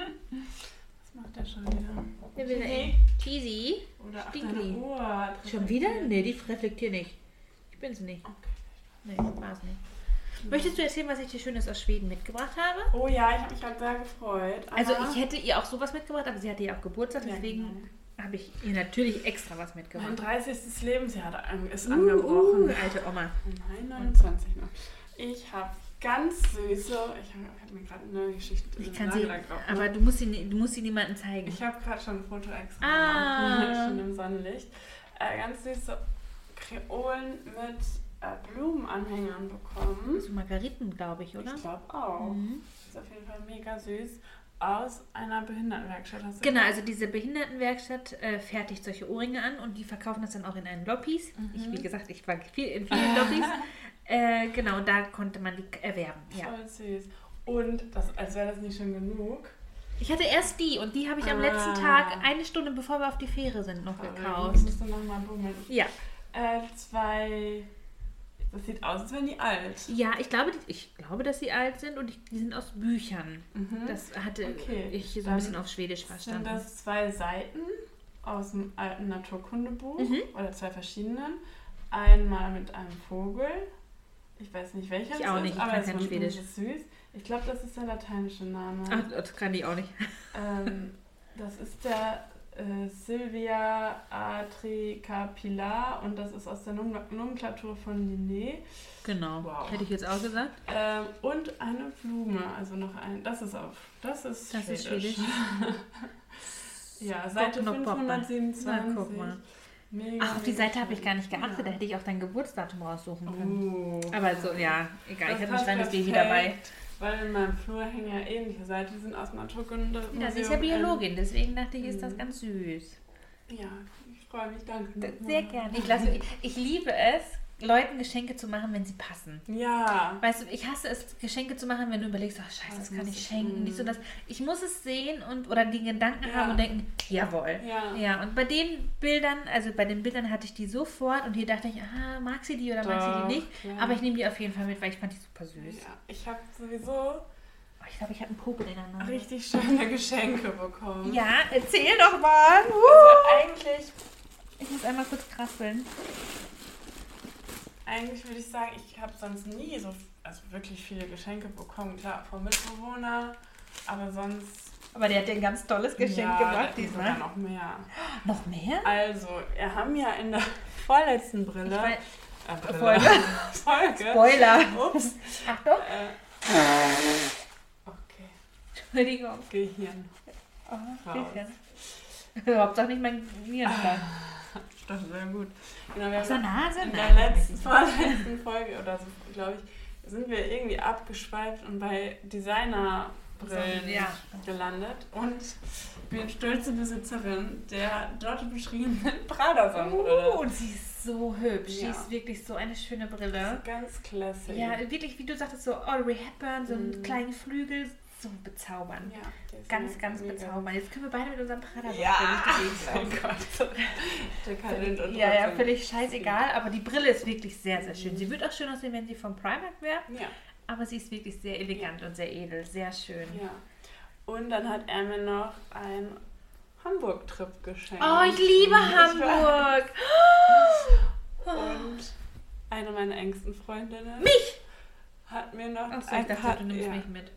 Was macht der schon wieder? Der will Cheesy. Oder Stinkli. Schon wieder? Nee, die reflektiert nicht. Ich bin's nicht. Okay. Nee, war's nicht. Möchtest du erzählen, was ich dir Schönes aus Schweden mitgebracht habe? Oh ja, ich habe mich halt sehr gefreut. Also ich hätte ihr auch sowas mitgebracht, aber sie hatte ja auch Geburtstag, deswegen habe ich ihr natürlich extra was mitgebracht. Mein 30. Lebensjahr ist angebrochen. Alte Oma. Nein, 29 noch. Ich habe ganz süße, ich habe mir gerade eine Geschichte aber du musst sie niemandem zeigen. Ich habe gerade schon ein Foto extra gemacht, schon im Sonnenlicht. Ganz süße Kreolen mit Blumenanhängern bekommen. So Margariten, glaube ich, oder? Ich glaube auch. Ist auf jeden Fall mega süß. Aus einer Behindertenwerkstatt. Genau, also diese Behindertenwerkstatt fertigt solche Ohrringe an und die verkaufen das dann auch in einen Loppies. Wie gesagt, ich war in vielen Loppies. Genau, da konnte man die erwerben. Voll süß. Und, als wäre das nicht schon genug. Ich hatte erst die und die habe ich am letzten Tag, eine Stunde bevor wir auf die Fähre sind, noch gekauft. Musst du nochmal bummeln. Ja. Das sieht aus, als wären die alt. Ja, ich glaube, dass sie alt sind und die sind aus Büchern. Das hatte ich so ein bisschen auf Schwedisch verstanden. Sind das 2 Seiten aus dem alten Naturkundebuch oder 2 verschiedenen. Einmal mit einem Vogel. Ich weiß nicht, welcher ich auch nicht, aber es ist Schwedisch. Süß. Ich glaube, das ist der lateinische Name. Ach, das kann ich auch nicht. Das ist der Sylvia atricapilla und das ist aus der Nomenklatur von Linné. Genau, hätte ich jetzt auch gesagt. Und eine Blume, also noch ein. Das ist Schwedisch. Ja, Seite 527. Na, guck mal. Mega, auf die Seite habe ich gar nicht geachtet, da hätte ich auch dein Geburtsdatum raussuchen können. Aber so, ja, egal, ich hatte ein kleines Baby dabei. Weil in meinem Flur hängen ja ähnliche Seiten, die sind aus dem Naturkunde. Ja, sie ist ja Biologin, deswegen dachte ich, ist das ganz süß. Ja, ich freue mich, danke. Sehr gerne. Ich liebe es, Leuten Geschenke zu machen, wenn sie passen. Ja. Weißt du, ich hasse es, Geschenke zu machen, wenn du überlegst, ach scheiße, das kann ich schenken. Nicht so, dass ich muss es sehen oder den Gedanken haben und denken, jawohl. Ja, und bei den Bildern, hatte ich die sofort und hier dachte ich, mag sie die oder mag sie die nicht? Ja. Aber ich nehme die auf jeden Fall mit, weil ich fand die super süß. Ja, ich habe sowieso... Ich glaube, ich habe einen Popel in der Nase. Richtig schöne Geschenke bekommen. Ja, erzähl doch mal. Also eigentlich... Ich muss einmal kurz kraspeln. Eigentlich würde ich sagen, ich habe sonst nie wirklich viele Geschenke bekommen. Klar, vom Mitbewohner, aber sonst... Aber der hat dir ein ganz tolles Geschenk gebracht diesmal. Ja, noch mehr. Noch mehr? Also, wir haben ja in der vorletzten Folge. Spoiler. Ups. Achtung. Okay. Entschuldigung. Gehirn. Hauptsache nicht mein Nierenstein. Das ist sehr gut. Genau, wir aus der Nase? In der vorletzten Folge oder so, glaube ich, sind wir irgendwie abgeschweift und bei Designer Brillen gelandet. Und ich bin stolze Besitzerin der dort beschriebenen Prada-Sonnenbrille. Und sie ist so hübsch. Sie ist wirklich so eine schöne Brille. Ganz klasse. Ja, wirklich, wie du sagtest, so Audrey Hepburn, so einen kleinen Flügel. So bezaubernd. Ja, ganz, ganz bezaubernd. Jetzt können wir beide mit unserem Prada oh Gott. Ja, völlig scheißegal. Aber die Brille ist wirklich sehr, sehr schön. Sie wird auch schön aussehen, wenn sie vom Primark wäre. Ja. Aber sie ist wirklich sehr elegant und sehr edel. Sehr schön. Ja. Und dann hat er mir noch einen Hamburg-Trip geschenkt. Oh, ich liebe Hamburg. Und eine meiner engsten Freundinnen. Mich! Hat mir noch ein paar... Du nimmst mich mit.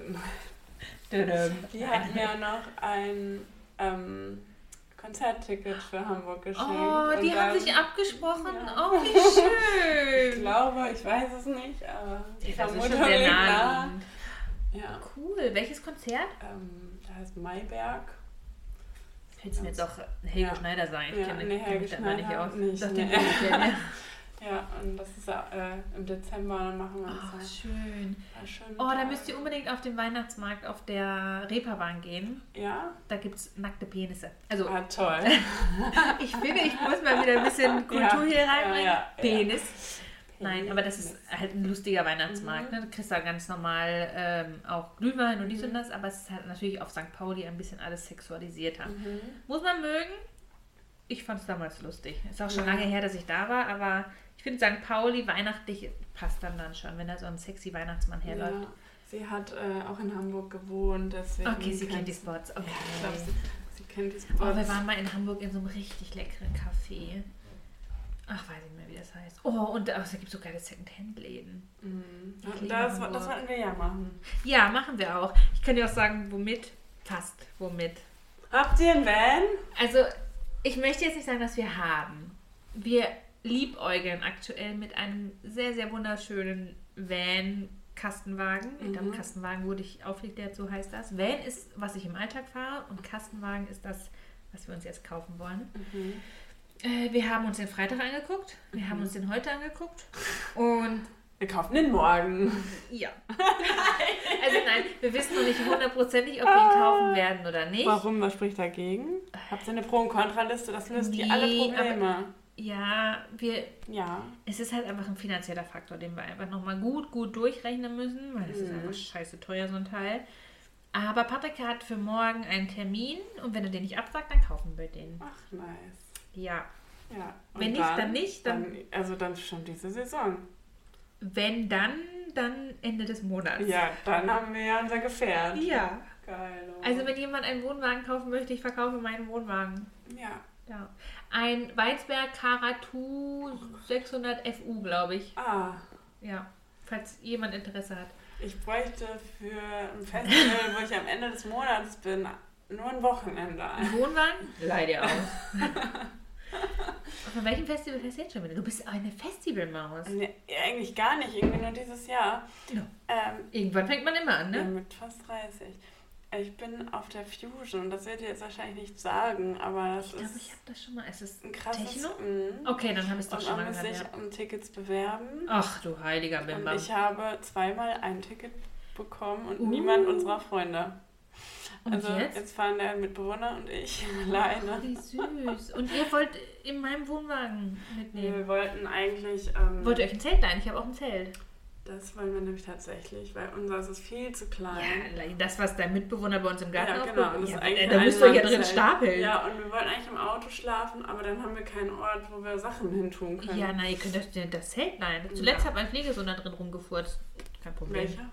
Die hat mir noch ein Konzertticket für Hamburg geschenkt. Oh, die haben sich abgesprochen. Ja. Oh, wie schön. Ich glaube, ich weiß es nicht, aber die Vermutung liegt nah. Ja. Cool. Welches Konzert? Da heißt Mayberg. Hätte es mir jetzt auch Helge Schneider sein. Ich kenne Helge Schneider nicht aus. Ja, und das ist im Dezember, dann machen wir das. Schön. Da müsst ihr unbedingt auf den Weihnachtsmarkt auf der Reeperbahn gehen. Ja? Da gibt es nackte Penisse. Also, toll. Ich finde, ich muss mal wieder ein bisschen Kultur hier reinbringen. Penis. Nein, aber das ist halt ein lustiger Weihnachtsmarkt. Ne? Du kriegst da ganz normal auch Glühwein und dies und das, aber es ist halt natürlich auf St. Pauli ein bisschen alles sexualisierter. Muss man mögen. Ich fand es damals lustig. Ist auch schon lange her, dass ich da war, aber ich finde St. Pauli weihnachtlich passt dann schon, wenn da so ein sexy Weihnachtsmann herläuft. Ja, sie hat auch in Hamburg gewohnt, deswegen... Okay, sie kennt die Spots. Okay. Ja, ich glaube, sie kennt die Spots. Oh, wir waren mal in Hamburg in so einem richtig leckeren Café. Ach, weiß ich nicht mehr, wie das heißt. Oh, und da gibt es so geile Second-Hand-Läden. Das wollten wir ja machen. Ja, machen wir auch. Ich kann dir auch sagen, womit. Fast, womit. Habt ihr einen Van? Also, ich möchte jetzt nicht sagen, dass wir haben. Wir liebäugeln aktuell mit einem sehr, sehr wunderschönen Van-Kastenwagen. Ich glaube, Kastenwagen wurde ich aufgeklärt, so heißt das. Van ist, was ich im Alltag fahre, und Kastenwagen ist das, was wir uns jetzt kaufen wollen. Wir haben uns den Freitag angeguckt, wir haben uns den heute angeguckt und wir kaufen den morgen. Ja. Also nein, wir wissen noch nicht hundertprozentig, ob wir ihn kaufen werden oder nicht. Warum? Was spricht dagegen? Habt ihr eine Pro- und Kontraliste? Das löst die alle Probleme. Es ist halt einfach ein finanzieller Faktor, den wir einfach nochmal gut durchrechnen müssen, weil es ist einfach scheiße teuer, so ein Teil. Aber Patrick hat für morgen einen Termin und wenn er den nicht absagt, dann kaufen wir den. Ach, nice. Ja. Wenn nicht, dann nicht. Dann schon diese Saison. Wenn dann Ende des Monats. Ja, dann haben wir ja unser Gefährt. Ja. Geil. Also wenn jemand einen Wohnwagen kaufen möchte, ich verkaufe meinen Wohnwagen. Ja. Ein Weinsberg Caratu 600 FU, glaube ich. Ja, falls jemand Interesse hat. Ich bräuchte für ein Festival, wo ich am Ende des Monats bin, nur ein Wochenende. Ein Wohnwagen? Leih dir aus. Von welchem Festival fährst du jetzt schon wieder? Du bist eine Festivalmaus. Nee, eigentlich gar nicht, irgendwie nur dieses Jahr. Ja. Irgendwann fängt man immer an, ne? Ja, mit fast 30. Ich bin auf der Fusion und das wird ihr jetzt wahrscheinlich nicht sagen, aber das ich glaube, ich habe das schon mal. Es ist ein krasses Techno? Okay, dann habe ich es doch schon mal gehört. Man muss sich um Tickets bewerben. Ach du heiliger Bimba. Und ich habe zweimal ein Ticket bekommen und niemand unserer Freunde. Und also jetzt fahren der Mitbewohner und ich alleine. Wie süß. Und ihr wollt in meinem Wohnwagen mitnehmen? Wir wollten eigentlich... wollt ihr euch ein Zelt leihen? Ich habe auch ein Zelt. Das wollen wir nämlich tatsächlich, weil unseres ist viel zu klein. Ja, das, was dein Mitbewohner bei uns im Garten aufbaut. Ja, da müsst ihr ja drin stapeln. Ja, und wir wollten eigentlich im Auto schlafen, aber dann haben wir keinen Ort, wo wir Sachen hin tun können. Ja, ihr könnt euch das Zelt leihen. Zuletzt hat mein Pflegesohn da drin rumgefurzt. Kein Problem. Welcher?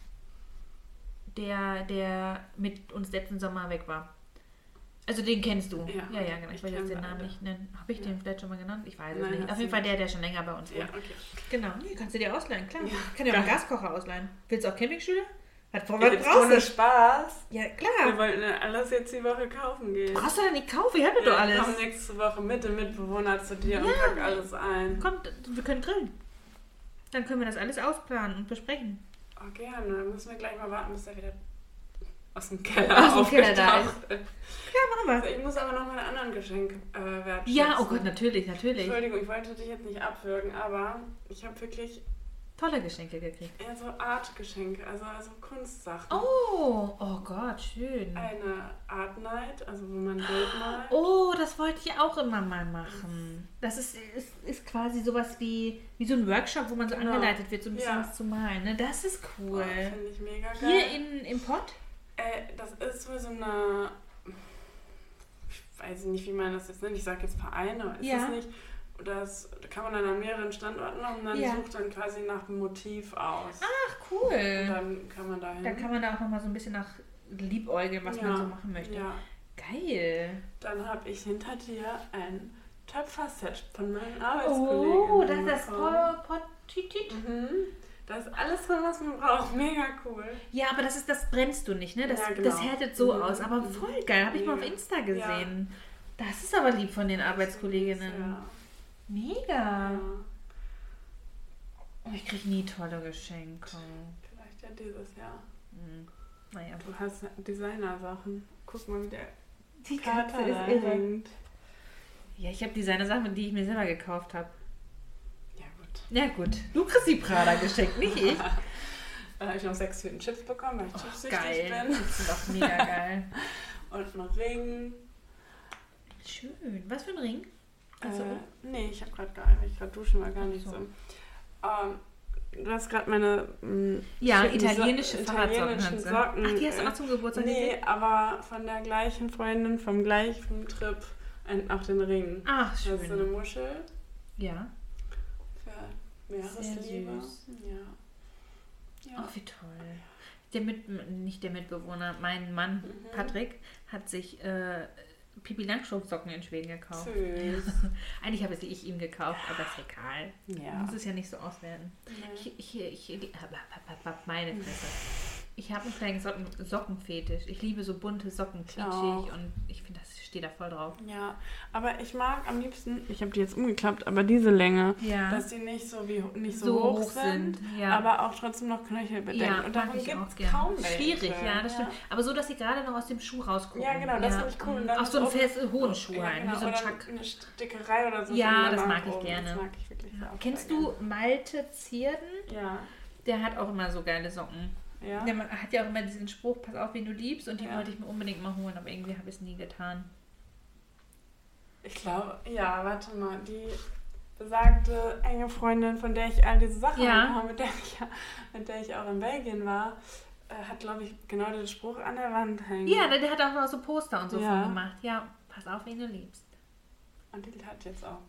Der mit uns letzten Sommer weg war. Also den kennst du. Ja, genau. Ich will jetzt den Namen nicht nennen. Habe ich den vielleicht schon mal genannt? Ich weiß es nicht. Auf jeden Fall der schon länger bei uns war. Ja, okay. Genau. Nee, kannst du dir ausleihen, klar. Ich kann dir auch einen Gaskocher ausleihen. Willst du auch Campingstühle? Was brauchst du? Spaß. Ja, klar. Wir wollten alles jetzt die Woche kaufen gehen. Brauchst du denn nicht kaufen? Wir haben doch alles. Wir kommen nächste Woche mit dem Mitbewohner zu dir und pack alles ein. Kommt, wir können grillen. Dann können wir das alles ausplanen und besprechen. Oh, gerne. Dann müssen wir gleich mal warten, bis er wieder aus dem Keller aufgetaucht da ist. Ja, machen wir. Also ich muss aber noch meine anderen Geschenke wertschätzen. Ja, oh Gott, natürlich. Entschuldigung, ich wollte dich jetzt nicht abwürgen, aber ich habe wirklich tolle Geschenke gekriegt? Ja, so Artgeschenke, also Kunstsachen. Oh Gott, schön. Eine Art Night, also wo man Bild malt. Oh, das wollte ich auch immer mal machen. Das ist quasi sowas wie so ein Workshop, wo man so angeleitet wird, so ein bisschen was zu malen. Ne? Das ist cool. Finde ich mega geil. Hier im Pott? Das ist so eine, ich weiß nicht, wie man das jetzt nennt, ich sage jetzt Vereine, ist das nicht? Das kann man dann an mehreren Standorten machen und dann sucht dann quasi nach dem Motiv aus. Ach, cool. Und dann kann man da hin. Dann kann man da auch nochmal so ein bisschen nach liebäugeln, was man so machen möchte. Ja. Geil. Dann habe ich hinter dir ein Töpferset von meinen Arbeitskollegen. Oh, das ist das Pottitit. Da ist alles drin, was man braucht. Mega cool. Ja, aber das brennst du nicht, ne? Das härtet so aus. Aber voll geil. Habe ich mal auf Insta gesehen. Ja. Das ist aber lieb von den Arbeitskolleginnen. Ja. Mega. Ja. Oh, ich kriege nie tolle Geschenke. Vielleicht ja dieses Jahr. Naja. Du hast Designer-Sachen. Guck mal, wie der die Katze ist irre. Ja, ich habe Designer-Sachen, die ich mir selber gekauft habe. Ja gut. Du kriegst die Prada geschenkt, nicht ich. Habe ich noch 6 Tüten Chips bekommen, weil ich chipsüchtig bin. Das ist doch mega geil. Und einen Ring. Schön. Was für ein Ring? Nee, ich habe gerade gar nicht. Ich gerade duschen war gar nicht so. Du hast gerade meine italienischen Socken. Ach, die hast du auch zum Geburtstag gesehen? Nee, aber von der gleichen Freundin vom gleichen Trip auch den Ring. Ach, schön. Das ist so eine Muschel. Ja. Meeresliebe. Ja. Oh, wie toll. Nicht der Mitbewohner, mein Mann Patrick hat sich Pipi Langstrumpf-Socken in Schweden gekauft. Süß. Eigentlich habe ich ihm gekauft, aber ist egal. Ja. Muss es ja nicht so auswerten. Nee. Meine Fresse. Ich habe einen kleinen Sockenfetisch. Ich liebe so bunte Socken, quietschig und ich finde, das steht da voll drauf. Ja, aber ich mag am liebsten, ich habe die jetzt umgeklappt, aber diese Länge, dass die nicht so hoch sind, aber auch trotzdem noch Knöchel bedecken. Ja, und darum gibt es kaum welche. Schwierig, ja, das stimmt. Aber so, dass sie gerade noch aus dem Schuh rausgucken. Ja, genau, das finde ich cool. Auch so einen hohen Schuh halt, wie so ein Chuck. Eine Stickerei oder so. Ja, das mag ich gerne. Das mag ich wirklich sehr. Kennst du Malte Zierden? Ja. Der hat auch immer so geile Socken. Ja. Der hat ja auch immer diesen Spruch, pass auf, wen du liebst, und die wollte ich mir unbedingt mal holen, aber irgendwie habe ich es nie getan. Ich glaube, warte mal, die besagte enge Freundin, von der ich all diese Sachen habe, mit der ich auch in Belgien war, hat, glaube ich, genau den Spruch an der Wand hängen. Ja, der hat auch noch so Poster und so von gemacht. Ja, pass auf, wen du liebst. Und die hat jetzt auch.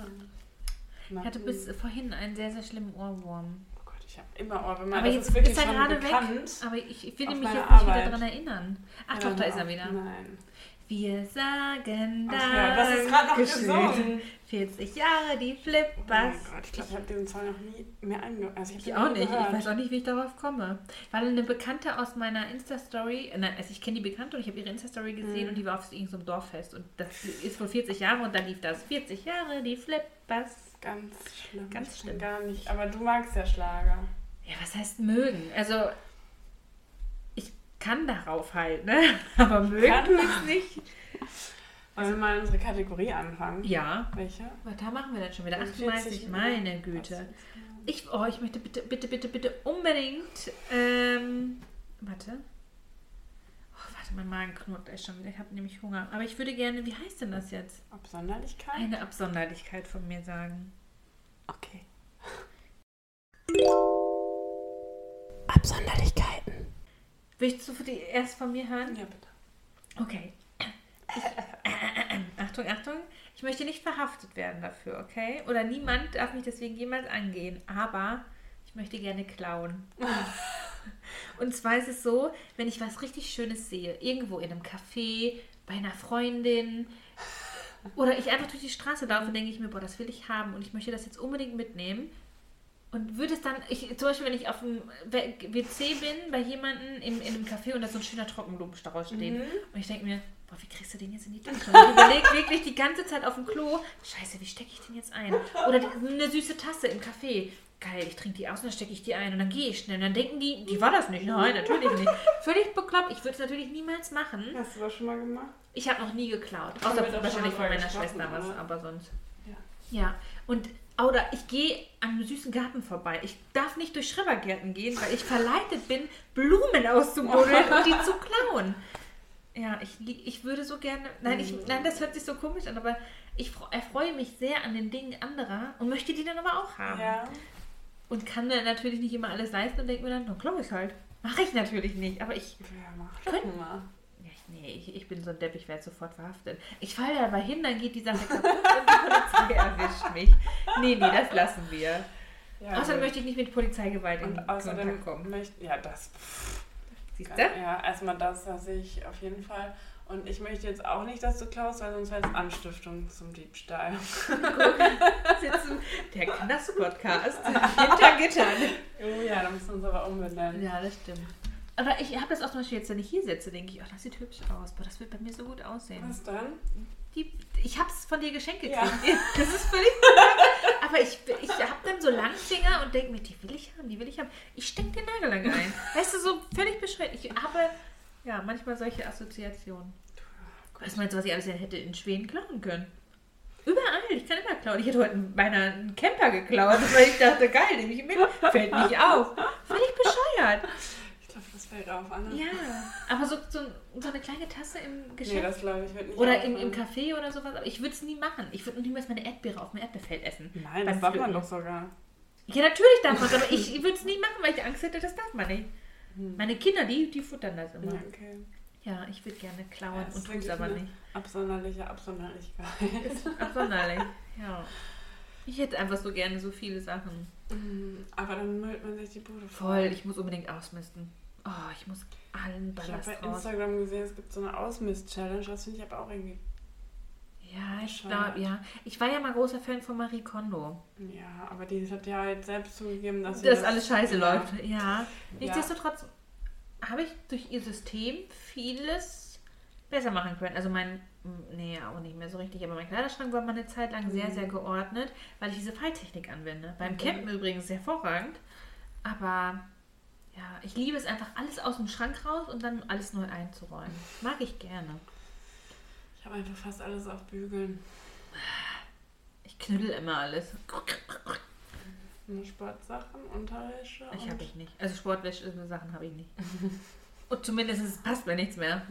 Ich hatte bis vorhin einen sehr, sehr schlimmen Ohrwurm. Ich habe immer Ohrwürmer. Aber das jetzt ist er gerade weg. Aber ich will mich jetzt nicht wieder daran erinnern. Ach doch, da ist er wieder. Nein. Wir sagen das ist gerade noch gesungen. 40 Jahre, die Flippers. Oh mein Gott, ich glaube, ich habe diesen Song noch nie mehr angehört. Also ich auch nicht. Gehört. Ich weiß auch nicht, wie ich darauf komme. Weil eine Bekannte aus meiner Insta-Story, also ich kenne die Bekannte und ich habe ihre Insta-Story gesehen und die war auf irgendeinem Dorffest. Und das ist vor 40 Jahren und dann lief das. 40 Jahre, die Flippers. Ganz schlimm. Ganz schlimm. Gar nicht. Aber du magst ja Schlager. Ja, was heißt mögen? Also, ich kann darauf halt, ne? Aber mögen tue ich nicht. Wollen wir mal unsere Kategorie anfangen? Ja. Welche? Da machen wir dann schon wieder. 38, meine Güte. Ich möchte bitte unbedingt, warte, mein Magen knurrt echt schon wieder. Ich habe nämlich Hunger. Aber ich würde gerne, wie heißt denn das jetzt? Absonderlichkeit? Eine Absonderlichkeit von mir sagen. Okay. Absonderlichkeiten. Willst du erst von mir hören? Ja, bitte. Okay. Achtung. Ich möchte nicht verhaftet werden dafür, okay? Oder niemand darf mich deswegen jemals angehen. Aber ich möchte gerne klauen. Und zwar ist es so, wenn ich was richtig Schönes sehe, irgendwo in einem Café, bei einer Freundin oder ich einfach durch die Straße laufe, denke ich mir, boah, das will ich haben und ich möchte das jetzt unbedingt mitnehmen. Und würde es dann, zum Beispiel, wenn ich auf dem WC bin, bei jemandem in einem Café und da so ein schöner Trockenblumenstrauß steht und ich denke mir, boah, wie kriegst du den jetzt in die Tasche? Und ich überlege wirklich die ganze Zeit auf dem Klo, scheiße, wie stecke ich den jetzt ein? Oder eine süße Tasse im Café. Geil, ich trinke die aus und dann stecke ich die ein und dann gehe ich schnell. Und dann denken die war das nicht. Nein, natürlich nicht. Völlig bekloppt. Ich würde es natürlich niemals machen. Hast du das schon mal gemacht? Ich habe noch nie geklaut. Außer wahrscheinlich von meiner Schwester was, aber sonst. Ja. Und Oder ich gehe an einem süßen Garten vorbei. Ich darf nicht durch Schrebergärten gehen, weil ich verleitet bin, Blumen auszubuddeln und die zu klauen. Ja, ich würde so gerne... Nein, das hört sich so komisch an, aber ich erfreue mich sehr an den Dingen anderer und möchte die dann aber auch haben. Ja. Und kann dann natürlich nicht immer alles leisten und denke mir dann, glaube ich halt. Mache ich natürlich nicht, aber ich... Ja, mach doch mal. Ich bin so ein Depp, ich werde sofort verhaftet. Ich falle dabei hin, dann geht die Sache kaputt und die Polizei erwischt mich. Nee, das lassen wir. Ja, außerdem möchte ich nicht mit Polizeigewalt in Kontakt kommen. Das... Siehst du? Ja, erstmal das sehe ich auf jeden Fall. Und ich möchte jetzt auch nicht, dass du klaust, weil sonst wäre es Anstiftung zum Diebstahl. Der Knast-Podcast hinter Gittern. Oh ja, da müssen wir uns aber umbenennen. Ja, das stimmt. Aber ich habe das auch zum Beispiel jetzt, wenn ich hier sitze, denke ich, oh, das sieht hübsch aus. Boah, das wird bei mir so gut aussehen. Was dann? Ich habe es von dir geschenkt gekriegt. Ja. Das ist völlig... Aber ich habe dann so Langfinger und denke mir, die will ich haben. Ich stecke den Nagellack ein. Weißt du, so völlig bescheuert. Ich habe manchmal solche Assoziationen. Was meinst du, was ich alles hätte in Schweden klauen können? Überall, ich kann immer klauen. Ich hätte heute beinahe einen Camper geklaut, weil ich dachte, geil, nehme ich mit. Fällt nicht auf. Völlig bescheuert. Ich glaube, das fällt auf, Anna. Ja, aber so eine kleine Tasse im Geschäft. Nee, das glaube ich wird nicht. Oder im Café oder sowas. Aber ich würde es nie machen. Ich würde niemals meine Erdbeere auf dem Erdbeerfeld essen. Nein, das darf man doch sogar. Ja, natürlich darf man es, aber ich würde es nie machen, weil ich Angst hätte, das darf man nicht. Meine Kinder, die futtern das immer. Ja, okay. Ja, ich würde gerne klauen Ja, und tue es aber nicht. Absonderlichkeit. Ist absonderlich, ja. Ich hätte einfach so gerne so viele Sachen. Aber dann müllt man sich die Bude voll. Ich muss unbedingt ausmisten. Oh, ich muss allen Ballast Ich habe bei Instagram gesehen, es gibt so eine Ausmist-Challenge. Das finde ich aber auch irgendwie... Ja, ich glaube, ja. Ich war ja mal großer Fan von Marie Kondo. Ja, aber die hat ja jetzt selbst zugegeben, dass das alles scheiße läuft. Ja. Ja. Nichtsdestotrotz habe ich durch ihr System vieles besser machen können. Also auch nicht mehr so richtig, aber mein Kleiderschrank war mal eine Zeit lang sehr, sehr geordnet, weil ich diese Falltechnik anwende. Beim Campen übrigens hervorragend. Aber ja, ich liebe es einfach, alles aus dem Schrank raus und dann alles neu einzuräumen. Mag ich gerne. Ich habe einfach fast alles auf Bügeln. Ich knüttel immer alles. Nur Sportsachen, Unterwäsche. Ich habe ich nicht. Also Sportwäsche-Sachen habe ich nicht. Und zumindest es passt mir nichts mehr.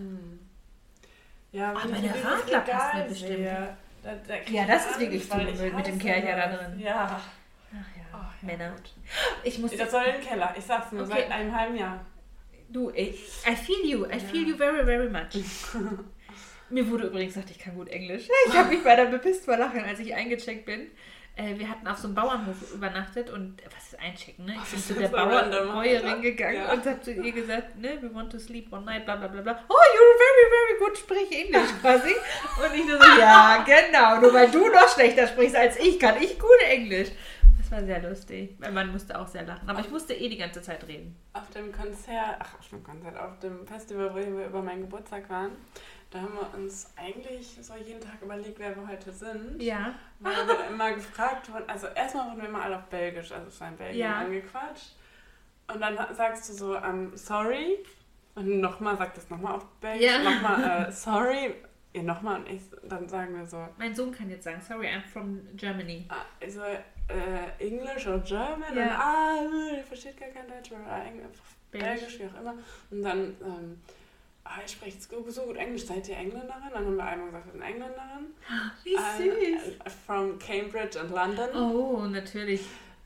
Ja, aber meine Radler passt mir bestimmt. Ja, das ist wirklich zugemüllt mit dem Kercher da drin. Ja. Ach ja, ja Männer. Gut. Das soll in den Keller. Ich sag's nur, seit einem halben Jahr. Du, I feel you. I feel you very, very much. Mir wurde übrigens gesagt, ich kann gut Englisch. Ich habe mich beinahe bepisst vor Lachen, als ich eingecheckt bin. Wir hatten auf so einem Bauernhof übernachtet und was ist einchecken, ne? Ich bin zu der Bäuerin gegangen und habe zu ihr gesagt, ne, we want to sleep one night, bla bla bla bla. Oh, you're very, very good, sprich Englisch quasi. Und ich nur so, ja, genau, nur weil du noch schlechter sprichst als ich, kann ich gut Englisch. Das war sehr lustig. Mein Mann musste auch sehr lachen, aber ich musste die ganze Zeit reden. Auf dem Festival, wo wir über meinen Geburtstag waren, da haben wir uns eigentlich so jeden Tag überlegt, wer wir heute sind. Ja. Weil wir immer gefragt wurden, also erstmal wurden wir immer alle auf Belgisch, also es war in Belgien angequatscht. Und dann sagst du so, sorry. Und nochmal, sagt das nochmal auf Belgisch. Ja. Nochmal, sorry. Ja, nochmal. Und dann sagen wir so. Mein Sohn kann jetzt sagen, sorry, I'm from Germany. Also, Englisch oder German. Ja. Und der versteht gar kein Deutsch oder Belgisch, wie auch immer. Und dann, ich spreche jetzt so gut Englisch, seid ihr Engländerin? Dann haben wir einmal gesagt, wir sind Engländerin. Wie süß. From Cambridge und London. Oh, natürlich.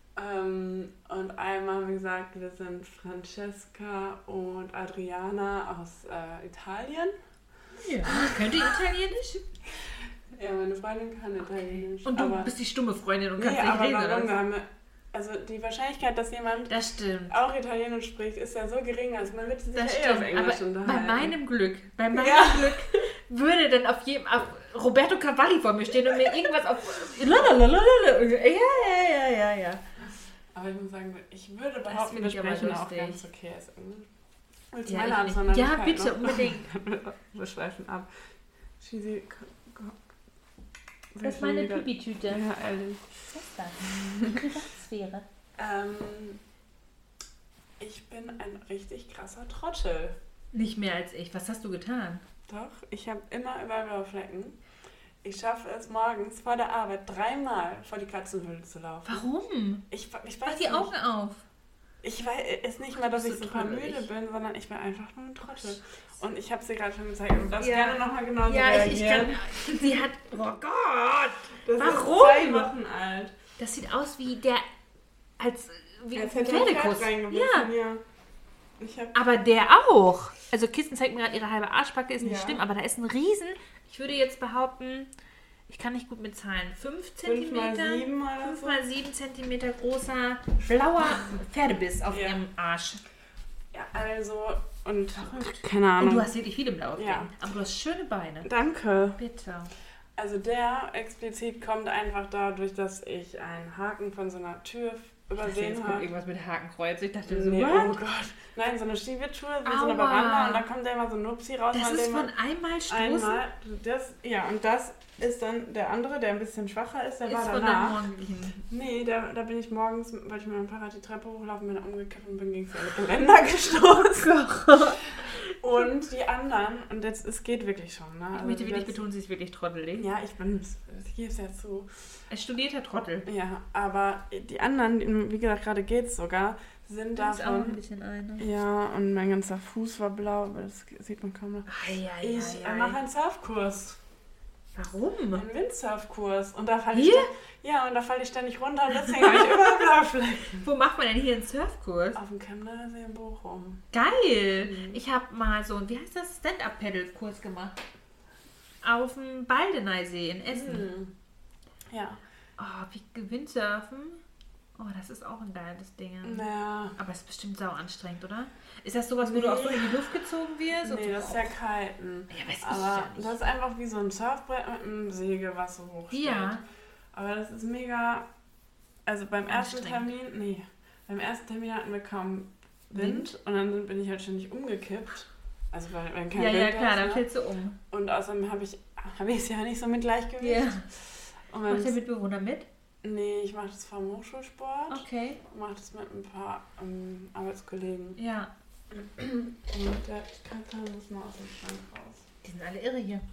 Und einmal haben wir gesagt, wir sind Francesca und Adriana aus Italien. Ja, könnt ihr Italienisch? Ja, meine Freundin kann Italienisch. Und du bist die stumme Freundin und kannst nicht reden, oder? Also die Wahrscheinlichkeit, dass jemand auch Italienisch spricht, ist ja so gering, als man wird sich auf Englisch unterhalten. Bei meinem Glück würde dann auf Roberto Cavalli vor mir stehen und mir irgendwas auf... Ja. Aber ich muss sagen, ich würde behaupten, wir sprechen auch ganz okay als Englisch. Willst du meine Ja, bitte, unbedingt. Wir schweifen ab. Cheesy, das ist meine Pipi-Tüte. Ja, ehrlich. Was ist das? Privatsphäre. Ich bin ein richtig krasser Trottel. Nicht mehr als ich. Was hast du getan? Doch, ich habe immer überall blaue Flecken. Ich schaffe es morgens vor der Arbeit 3-mal vor die Katzenhöhle zu laufen. Warum? Ich weiß Mach die Augen auf. Ich weiß, es ist nicht mal, dass ich super müde bin, sondern ich bin einfach nur ein Trottel. Und ich habe sie gerade schon gezeigt. Und das gerne nochmal genauso reagieren. Sie hat... Oh Gott! Das Warum? ist 2 Wochen alt. Das sieht aus wie der... Als hätte Pferdekuss. Ja. Aber der auch. Also Kirsten zeigt mir gerade ihre halbe Arschbacke, ist nicht schlimm, aber da ist ein Riesen... Ich würde jetzt behaupten... Ich kann nicht gut mit Zahlen. 5 cm, 5x7 cm großer, blauer Pferdebiss auf ihrem Arsch. Ja, also, und keine Ahnung. Und du hast wirklich viele blaue Flecken, aber du hast schöne Beine. Danke. Bitte. Also der explizit kommt einfach dadurch, dass ich einen Haken von so einer Tür übersehen habe. Irgendwas mit Hakenkreuz. Ich dachte so, oh Gott. Nein, so eine Schiebetür, wie so eine Veranda und da kommt da immer so ein Nupsi raus. Das ist von einmal stoßen? Und das ist dann der andere, der ein bisschen schwacher ist, der war danach. Nee, da bin ich morgens, weil ich mit meinem Fahrrad die Treppe hochlaufen bin, umgekippt und bin gegen das Geländer gestoßen. Und die anderen, und jetzt, es geht wirklich schon. Ne? Ich möchte wirklich betonen, sie ist wirklich trottelig. Ja, ich gebe es ja zu. Ein studierter Trottel. Ja, aber die anderen, wie gesagt, gerade geht's sogar, sind davon... Ist auch ein bisschen eine. Ja, und mein ganzer Fuß war blau, aber das sieht man kaum noch. Ich mache einen Surfkurs. Warum? Einen Windsurfkurs. Und da falle ich ständig runter und deswegen habe ich überall Blauflecken. Wo macht man denn hier einen Surfkurs? Auf dem Chemnitzer See in Bochum. Geil! Ich habe mal so einen, wie heißt das, Stand-Up-Paddle-Kurs gemacht. Auf dem Baldeneysee in Essen. Ja. Oh, wie Windsurfen. Oh, das ist auch ein geiles Ding. Ja. Aber es ist bestimmt sau anstrengend, oder? Ist das sowas, wo du auch so in die Luft gezogen wirst? Nee, das ist ja Kiten. Ja, weiß aber ich ja nicht. das ist einfach wie so ein Surfbrett mit einem Segel, was so hoch steht. Ja. Aber das ist mega... Also beim ersten Termin hatten wir kaum Wind und dann bin ich halt ständig umgekippt. Also wenn kein Wind ist. Ja, klar, dann ne? fällst du um. Und außerdem habe ich es ja nicht so mit Gleichgewicht. Ja. Macht der Mitbewohner mit? Nee, ich mache das vom Hochschulsport. Okay. Ich mache das mit ein paar Arbeitskollegen. Ja. Und der Kater muss mal aus dem Schrank raus. Die sind alle irre hier.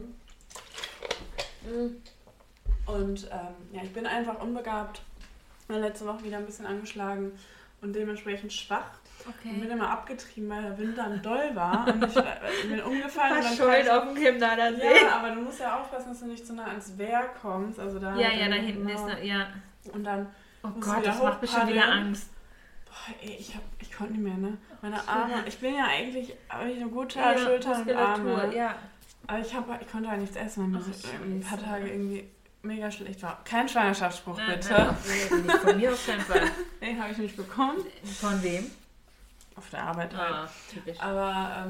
Und ich bin einfach unbegabt. War letzte Woche wieder ein bisschen angeschlagen und dementsprechend schwach. Okay. Und bin immer abgetrieben, weil der Wind dann doll war. Und ich bin umgefallen. Verschollen auf dem Chemnitzer See. Ja, aber du musst ja aufpassen, dass du nicht so nah ans Wehr kommst. Also da ja, da hinten ist ja. Und dann oh Gott, das macht mir schon wieder Angst. Boah, ey, ich konnte nicht mehr, ne? Meine Arme, ich bin ja eigentlich eine gute Schulter und Arme. Ja. Aber ich konnte halt nichts essen, weil ein paar Tage irgendwie mega schlecht war. Kein Schwangerschaftsspruch, bitte. Nein, nicht von mir auf keinen Fall. Den habe ich nicht bekommen. Von wem? Auf der Arbeit halt. Typisch. Aber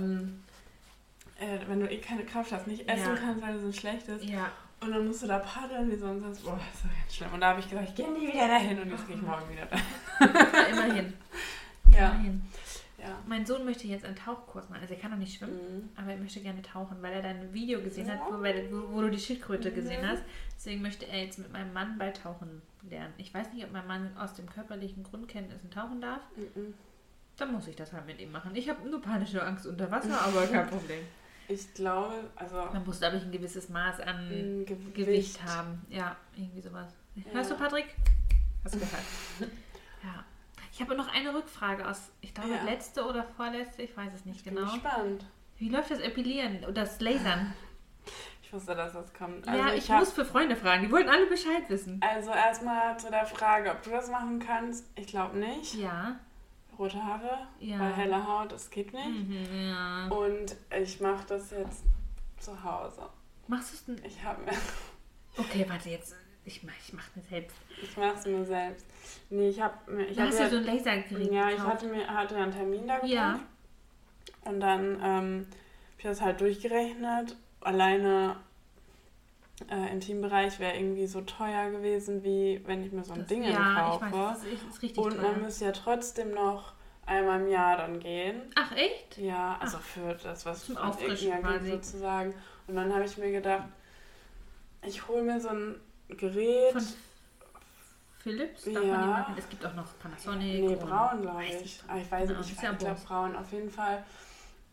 wenn du keine Kraft hast, nicht essen kannst, weil du so schlecht ist. Ja. Und dann musst du da paddeln wie sonst was. Boah, das ist ganz schlimm. Und da habe ich gesagt, ich gehe nie wieder dahin und jetzt gehe ich morgen wieder dahin. Immerhin. Ja. Immerhin. Ja. Mein Sohn möchte jetzt einen Tauchkurs machen. Also er kann noch nicht schwimmen, aber er möchte gerne tauchen, weil er dein Video gesehen hat, wo du die Schildkröte gesehen hast. Deswegen möchte er jetzt mit meinem Mann bald tauchen lernen. Ich weiß nicht, ob mein Mann aus dem körperlichen Grundkenntnissen tauchen darf. Dann muss ich das halt mit ihm machen. Ich habe nur panische Angst unter Wasser, aber kein Problem. Ich glaube, also... Man muss dadurch ein gewisses Maß an Gewicht haben. Ja, irgendwie sowas. Ja. Hörst du, Patrick? Hast du gehört? Ja. Ich habe noch eine Rückfrage aus, ich glaube, letzte oder vorletzte, ich weiß es nicht genau. Ich bin gespannt. Wie läuft das Epilieren oder das Lasern? Ich wusste, dass das kommt. Also ja, ich muss für Freunde fragen. Die wollten alle Bescheid wissen. Also erstmal zu der Frage, ob du das machen kannst. Ich glaube nicht. Ja. Rote Haare, bei heller Haut, das geht nicht. Ja. Und ich mache das jetzt zu Hause. Machst du es denn? Ich habe mir... Okay, warte jetzt. Ich mache mir selbst. Ich mache es mir selbst. Nee, ich habe mir... Hast du so ein Lasergerät Ja, gekauft? ich hatte einen Termin da gebucht. Ja. Und dann habe ich das halt durchgerechnet. Alleine Intimbereich wäre irgendwie so teuer gewesen, wie wenn ich mir so ein Ding kaufe. Ja, ich weiß, das ist richtig und teuer. man müsste ja trotzdem noch einmal im Jahr dann gehen. Ach, echt? Ja, also für das, was zum man Auffrischen geht sozusagen. Und dann habe ich mir gedacht, ich hole mir so ein Gerät. Von Philips? Ja. Es gibt auch noch Panasonic. Nee, braun, glaube ich. Aber ich weiß nicht, ich glaube braun. Auf jeden Fall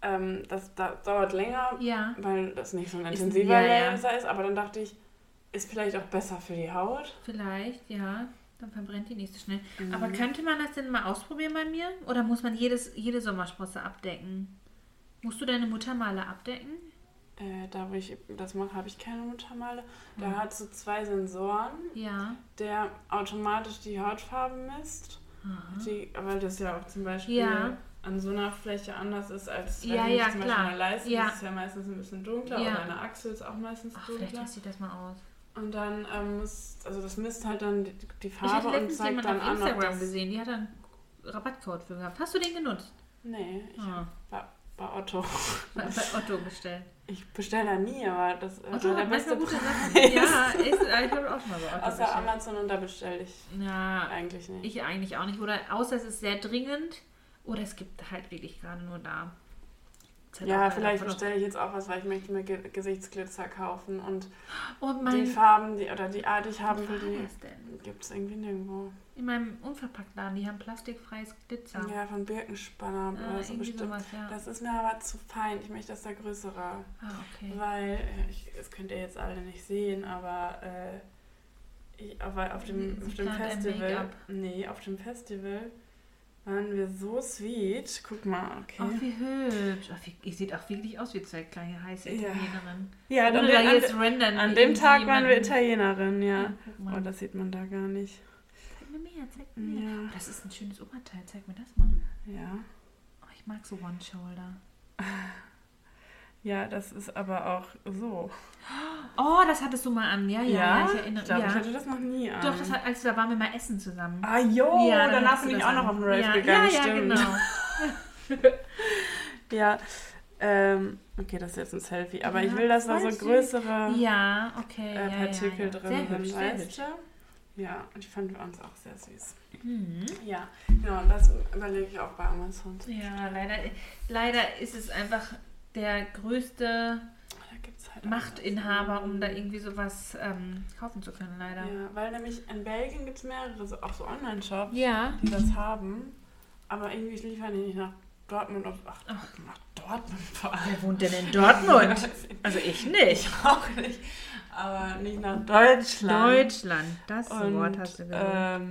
das dauert länger, Ja. weil das nicht so ein intensiver Laser ist. Aber dann dachte ich, ist vielleicht auch besser für die Haut. Vielleicht, ja. Dann verbrennt die nicht so schnell. Aber könnte man das denn mal ausprobieren bei mir? Oder muss man jede Sommersprosse abdecken? Musst du deine Muttermale abdecken? Da, wo ich das mache, habe ich keine Muttermale. Da hat so 2 Sensoren, der automatisch die Hautfarben misst. Weil das ja auch zum Beispiel an so einer Fläche anders ist als zum Beispiel eine Leiste. Das ist ja meistens ein bisschen dunkler oder eine Achse ist auch meistens dunkler. Vielleicht teste ich das mal aus. Und dann das misst halt dann die Farbe und zeigt dann an. Ich habe Instagram gesehen, die hat einen Rabattcode für gehabt. Hast du den genutzt? Nee, ich bei Otto. Bei Otto bestellt. Ich bestelle da nie, aber das ist der beste gute Preis. Ich habe auch schon mal bei Otto Außer bestellt. Amazon, und da bestelle ich eigentlich nicht. Ich eigentlich auch nicht. Oder außer es ist sehr dringend oder es gibt halt wirklich gerade nur da. Ja, vielleicht bestelle ich jetzt auch was, weil ich möchte mir Gesichtsglitzer kaufen und die Farben, die Art, die ich haben will, die gibt es irgendwie nirgendwo. In meinem Unverpacktladen, die haben plastikfreies Glitzer. Ja, von Birkenspanner oder so bestimmt. Sowas, Das ist mir aber zu fein. Ich möchte, dass da größere. Okay. Weil, das könnt ihr jetzt alle nicht sehen, aber auf dem Festival. Nee, auf dem Festival waren wir so sweet. Guck mal, okay. Ach, wie hübsch. Ihr seht auch wirklich aus wie 2 kleine heiße Italienerinnen. Ja, an dem Tag waren wir Italienerin, ja. Oh, das sieht man da gar nicht. Zeig mir mehr. Ja. Das ist ein schönes Oberteil. Zeig mir das mal. Ja. Oh, ich mag so One-Shoulder. Ja, das ist aber auch so. Oh, das hattest du mal an. Ja, ich erinnere mich. Ich hatte das noch nie an. Doch, da waren wir mal essen zusammen. Ah, jo, dann hast du mich auch noch auf den Rave gegangen. Ja, genau. Ja, okay, das ist jetzt ein Selfie. Aber ich will, dass da so größere Partikel drin sind, weißt du? Ja, und die fanden wir uns auch sehr süß. Ja, genau, das überlege ich auch bei Amazon. Ja, leider ist es einfach der größte Machtinhaber, um da irgendwie sowas kaufen zu können, leider. Ja, weil nämlich in Belgien gibt es mehrere, auch so Online-Shops, die das haben, aber irgendwie liefern die nicht nach Dortmund. Nach Dortmund vor allem. Wer wohnt denn in Dortmund? Also ich nicht. Ich auch nicht. Aber nicht nach Deutschland. Das Wort hast du gesagt.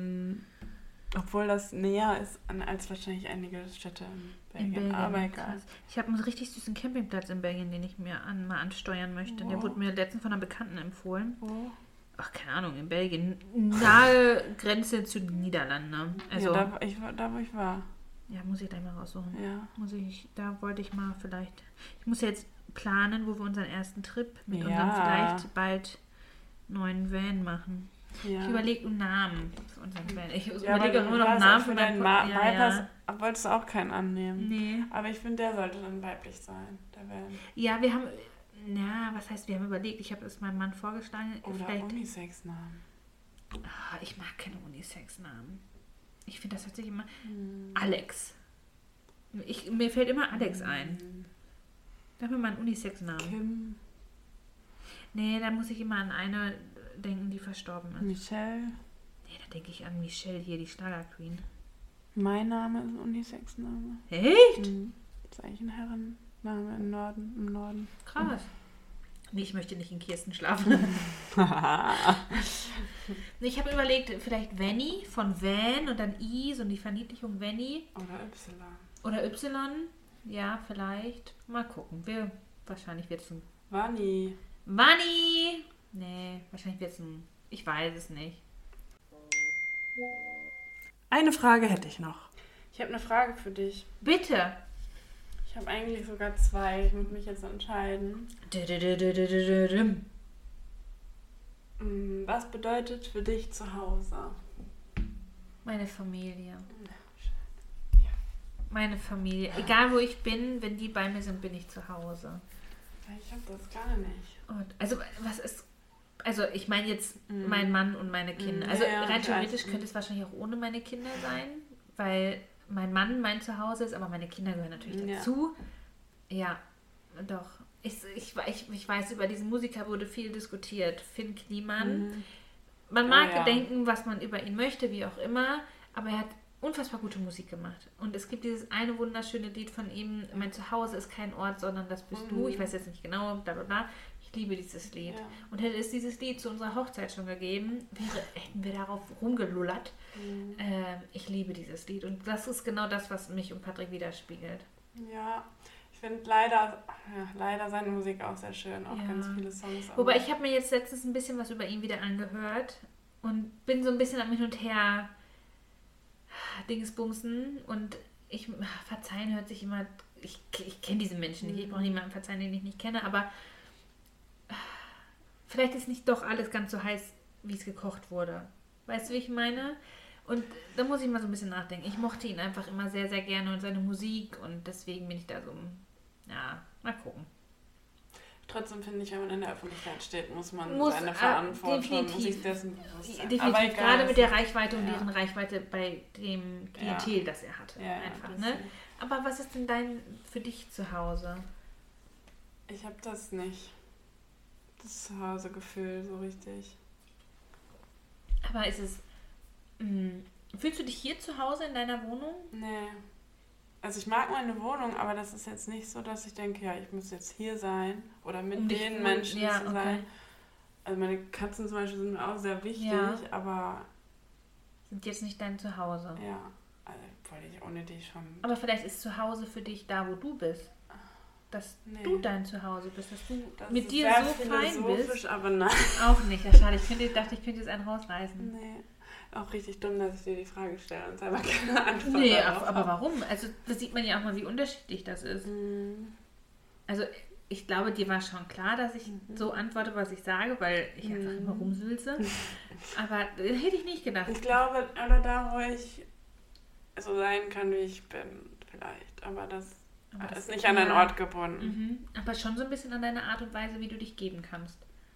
Obwohl das näher ist als wahrscheinlich einige Städte in Belgien. Aber egal. Ich habe einen richtig süßen Campingplatz in Belgien, den ich mir mal ansteuern möchte. Der wurde mir letztens von einer Bekannten empfohlen. Ach, keine Ahnung, in Belgien. Nahe Grenze zu den Niederlanden. Also, da, wo ich war. Ja, muss ich gleich mal raussuchen. Ja. Da wollte ich mal vielleicht... Ich muss jetzt planen, wo wir unseren ersten Trip mit unserem vielleicht bald neuen Van machen. Ja. Ich überlege einen Namen für unseren Van. Ich überlege auch immer noch einen Namen für meinen Vipass. Wolltest du auch keinen annehmen? Nee. Aber ich finde, der sollte dann weiblich sein, der Van. Ja, wir haben... was heißt, wir haben überlegt. Ich habe es meinem Mann vorgeschlagen. Oder Unisex-Namen. Ich mag keine Unisex-Namen. Ich finde, das hört sich immer... Alex. Mir fällt immer Alex ein. Sag mir mal einen Unisex-Namen. Kim. Nee, da muss ich immer an eine denken, die verstorben ist. Michelle. Nee, da denke ich an Michelle hier, die Schlager-Queen. Mein Name ist ein Unisex-Name. Echt? Das ist eigentlich ein Herrenname im Norden. Krass. Nee, ich möchte nicht in Kirsten schlafen. Ich habe überlegt, vielleicht Vanny von Van und dann I, so die Verniedlichung Vanny. Oder Y. Oder Y. Ja, vielleicht. Mal gucken. Wahrscheinlich wird es ein... Vanni. Nee, wahrscheinlich wird es ein... Ich weiß es nicht. Eine Frage hätte ich noch. Ich habe eine Frage für dich. Bitte. Ich habe eigentlich sogar 2. Ich muss mich jetzt entscheiden. Was bedeutet für dich zu Hause? Meine Familie. Meine Familie. Egal wo ich bin, wenn die bei mir sind, bin ich zu Hause. Ich habe das gar nicht. Also ich meine jetzt mein Mann und meine Kinder. Also rein theoretisch könnte es wahrscheinlich auch ohne meine Kinder sein, weil mein Mann mein Zuhause ist, aber meine Kinder gehören natürlich dazu. Ja, doch. Ich weiß, über diesen Musiker wurde viel diskutiert. Finn Kliman. Man mag denken, was man über ihn möchte, wie auch immer, aber er hat unfassbar gute Musik gemacht. Und es gibt dieses eine wunderschöne Lied von ihm, mein Zuhause ist kein Ort, sondern das bist du. Ich weiß jetzt nicht genau, bla bla bla. Ich liebe dieses Lied. Ja. Und hätte es dieses Lied zu unserer Hochzeit schon gegeben, hätten wir darauf rumgelullert. Ich liebe dieses Lied. Und das ist genau das, was mich und Patrick widerspiegelt. Ja, ich finde leider seine Musik auch sehr schön. Auch ganz viele Songs. Wobei ich habe mir jetzt letztens ein bisschen was über ihn wieder angehört und bin so ein bisschen am Hin und Her Dingsbumsen. Und verzeihen hört sich immer... Ich kenne diese Menschen nicht. Ich brauche niemanden verzeihen, den ich nicht kenne. Aber vielleicht ist nicht doch alles ganz so heiß, wie es gekocht wurde. Weißt du, wie ich meine? Und da muss ich mal so ein bisschen nachdenken. Ich mochte ihn einfach immer sehr, sehr gerne und seine Musik. Und deswegen bin ich da so... Ja, mal gucken. Trotzdem finde ich, wenn man in der Öffentlichkeit steht, muss man seine Verantwortung, muss sich dessen bewusst sein. Definitiv, gerade mit der Reichweite und deren Reichweite bei dem Klientel, das er hatte. Einfach, ne? Aber was ist denn für dich zu Hause? Ich habe das nicht. Das Zuhausegefühl so richtig. Aber ist es... fühlst du dich hier zu Hause in deiner Wohnung? Nee. Also ich mag meine Wohnung, aber das ist jetzt nicht so, dass ich denke, ja, ich muss jetzt hier sein oder mit den Menschen zu sein. Also meine Katzen zum Beispiel sind mir auch sehr wichtig, aber... Sind jetzt nicht dein Zuhause? Ja, also wollte ich ohne die schon... Aber vielleicht ist Zuhause für dich da, wo du bist. Dass du dein Zuhause bist, dass du mit dir so fein bist. Aber nein. Auch nicht, ja schade. Ich dachte, ich könnte jetzt einen rausreißen. Nee. Auch richtig dumm, dass ich dir die Frage stelle und selber keine Antwort Nee, aber warum? Also da sieht man ja auch mal, wie unterschiedlich das ist. Also ich glaube, dir war schon klar, dass ich so antworte, was ich sage, weil ich einfach immer rumsülze. Aber hätte ich nicht gedacht. Ich glaube, oder da, wo ich so sein kann, wie ich bin, vielleicht. Aber das ist nicht an einen Ort gebunden. Aber schon so ein bisschen an deine Art und Weise, wie du dich geben kannst.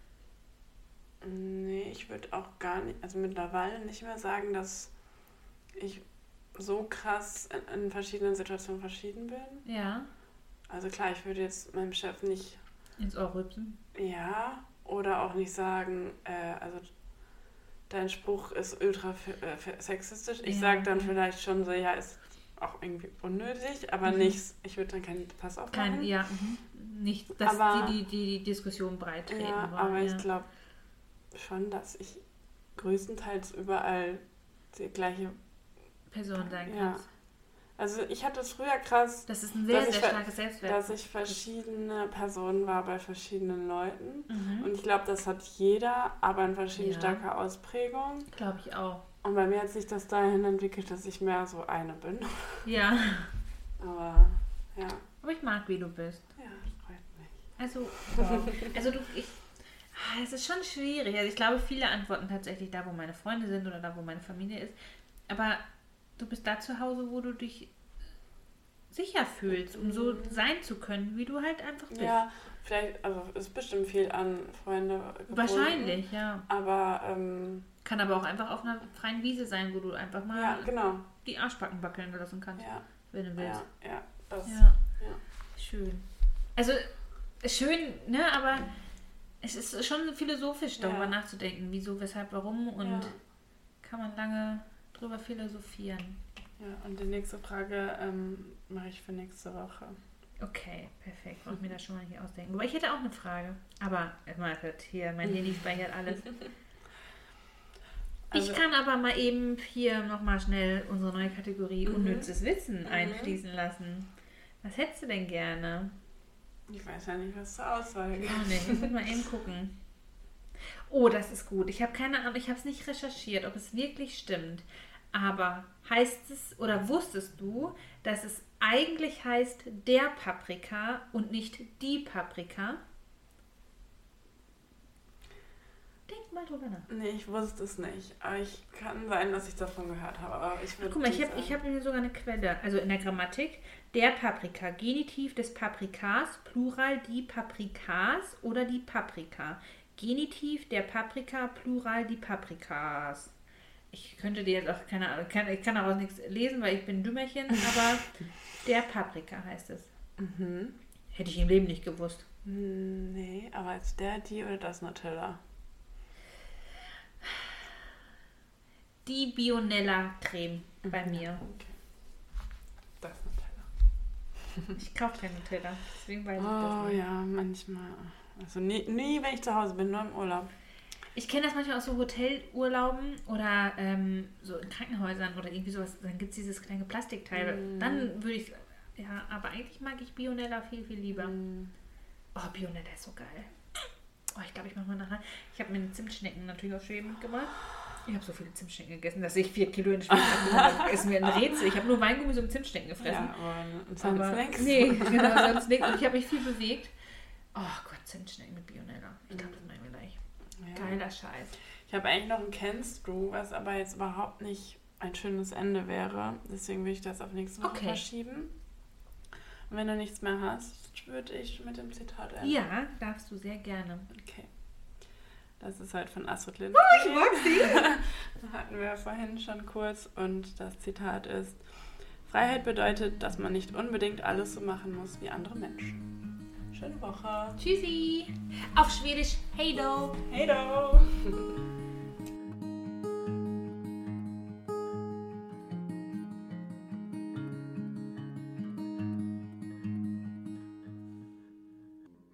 Nee, ich würde auch gar nicht, also mittlerweile nicht mehr sagen, dass ich so krass in verschiedenen Situationen verschieden bin. Ja. Also klar, ich würde jetzt meinem Chef nicht... Ins Ohr rülpsen? Ja, oder auch nicht sagen, also dein Spruch ist ultra sexistisch. Ich sage dann vielleicht schon so, ja, ist auch irgendwie unnötig, aber nicht, ich würde dann keinen Pass aufmachen. Nicht, dass aber, die Diskussion breit treten wollen. Aber ich glaube schon, dass ich größtenteils überall die gleiche Person sein kann. Also ich hatte es früher krass, das ist ein sehr, sehr starkes Selbstwert, dass ich verschiedene Personen war bei verschiedenen Leuten. Und ich glaube, das hat jeder, aber in verschieden starker Ausprägung. Glaube ich auch. Und bei mir hat sich das dahin entwickelt, dass ich mehr so eine bin. Ja. Aber ich mag, wie du bist. Ja, das freut mich. Also es ist schon schwierig. Also ich glaube, viele antworten tatsächlich da, wo meine Freunde sind oder da, wo meine Familie ist. Aber du bist da zu Hause, wo du dich sicher fühlst, um so sein zu können, wie du halt einfach bist. Ja, vielleicht, also ist bestimmt viel an Freunde gebunden. Wahrscheinlich, ja. Aber kann aber auch einfach auf einer freien Wiese sein, wo du einfach mal die Arschbacken wackeln lassen kannst, wenn du willst. Ja. Schön. Also schön, ne, aber es ist schon philosophisch, darüber nachzudenken, wieso, weshalb, warum und kann man lange drüber philosophieren. Ja, und die nächste Frage mache ich für nächste Woche. Okay, perfekt. Wollte mir das schon mal hier ausdenken. Aber ich hätte auch eine Frage. Aber hier, mein Handy speichert alles. Also, ich kann aber mal eben hier nochmal schnell unsere neue Kategorie unnützes Wissen einfließen lassen. Was hättest du denn gerne? Ich weiß ja nicht, was zur Auswahl gibt. Oh, nee, ich muss mal eben gucken. Oh, das ist gut. Ich habe keine Ahnung, ich habe es nicht recherchiert, ob es wirklich stimmt. Aber heißt es oder wusstest du, dass es eigentlich heißt der Paprika und nicht die Paprika? Denk mal drüber nach. Nee, ich wusste es nicht. Aber ich kann sein, dass ich davon gehört habe. Aber guck mal, ich hab hier sogar eine Quelle. Also in der Grammatik. Der Paprika, Genitiv des Paprikas, Plural die Paprikas oder die Paprika. Genitiv der Paprika, Plural die Paprikas. Ich könnte dir jetzt auch, keine Ahnung, ich kann daraus nichts lesen, weil ich bin ein Dümmerchen, aber der Paprika heißt es. Hätte ich im Leben nicht gewusst. Nee, aber ist der, die oder das Nutella? die Bionella-Creme bei mir. Okay. Das ist Nutella. Ich kaufe kein Nutella, deswegen weiß ich das Oh nicht. ja, manchmal. Also nie, wenn ich zu Hause bin, nur im Urlaub. Ich kenne das manchmal aus so Hotelurlauben oder so in Krankenhäusern oder irgendwie sowas. Dann gibt es dieses kleine Plastikteil. Dann würde ich, ja, aber eigentlich mag ich Bionella viel, viel lieber. Oh, Bionella ist so geil. Oh, ich glaube, ich mache mal nachher. Ich habe mir eine Zimtschnecken natürlich auch schön mitgebracht. Ich habe so viele Zimtschnecken gegessen, dass ich 4 Kilo in Schweden habe. Ist mir ein Rätsel. Ich habe nur Weingummi so mit Zimtschnecken gefressen. Ja, aber sonst nichts. Nee, genau, sonst nichts. Und ich habe mich viel bewegt. Oh Gott, Zimtschnecken mit Bionella. Ich glaube, das machen wir gleich. Ja. Geiler Scheiß. Ich habe eigentlich noch ein Can-Stew, was aber jetzt überhaupt nicht ein schönes Ende wäre. Deswegen will ich das auf nächste Woche verschieben. Und wenn du nichts mehr hast, würde ich mit dem Zitat enden. Ja, darfst du sehr gerne. Okay. Das ist halt von Astrid Lindgren. Oh, ich mag sie! Hatten wir vorhin schon kurz. Und das Zitat ist: Freiheit bedeutet, dass man nicht unbedingt alles so machen muss wie andere Menschen. Schöne Woche. Tschüssi! Auf Schwedisch, hey do! Hey do!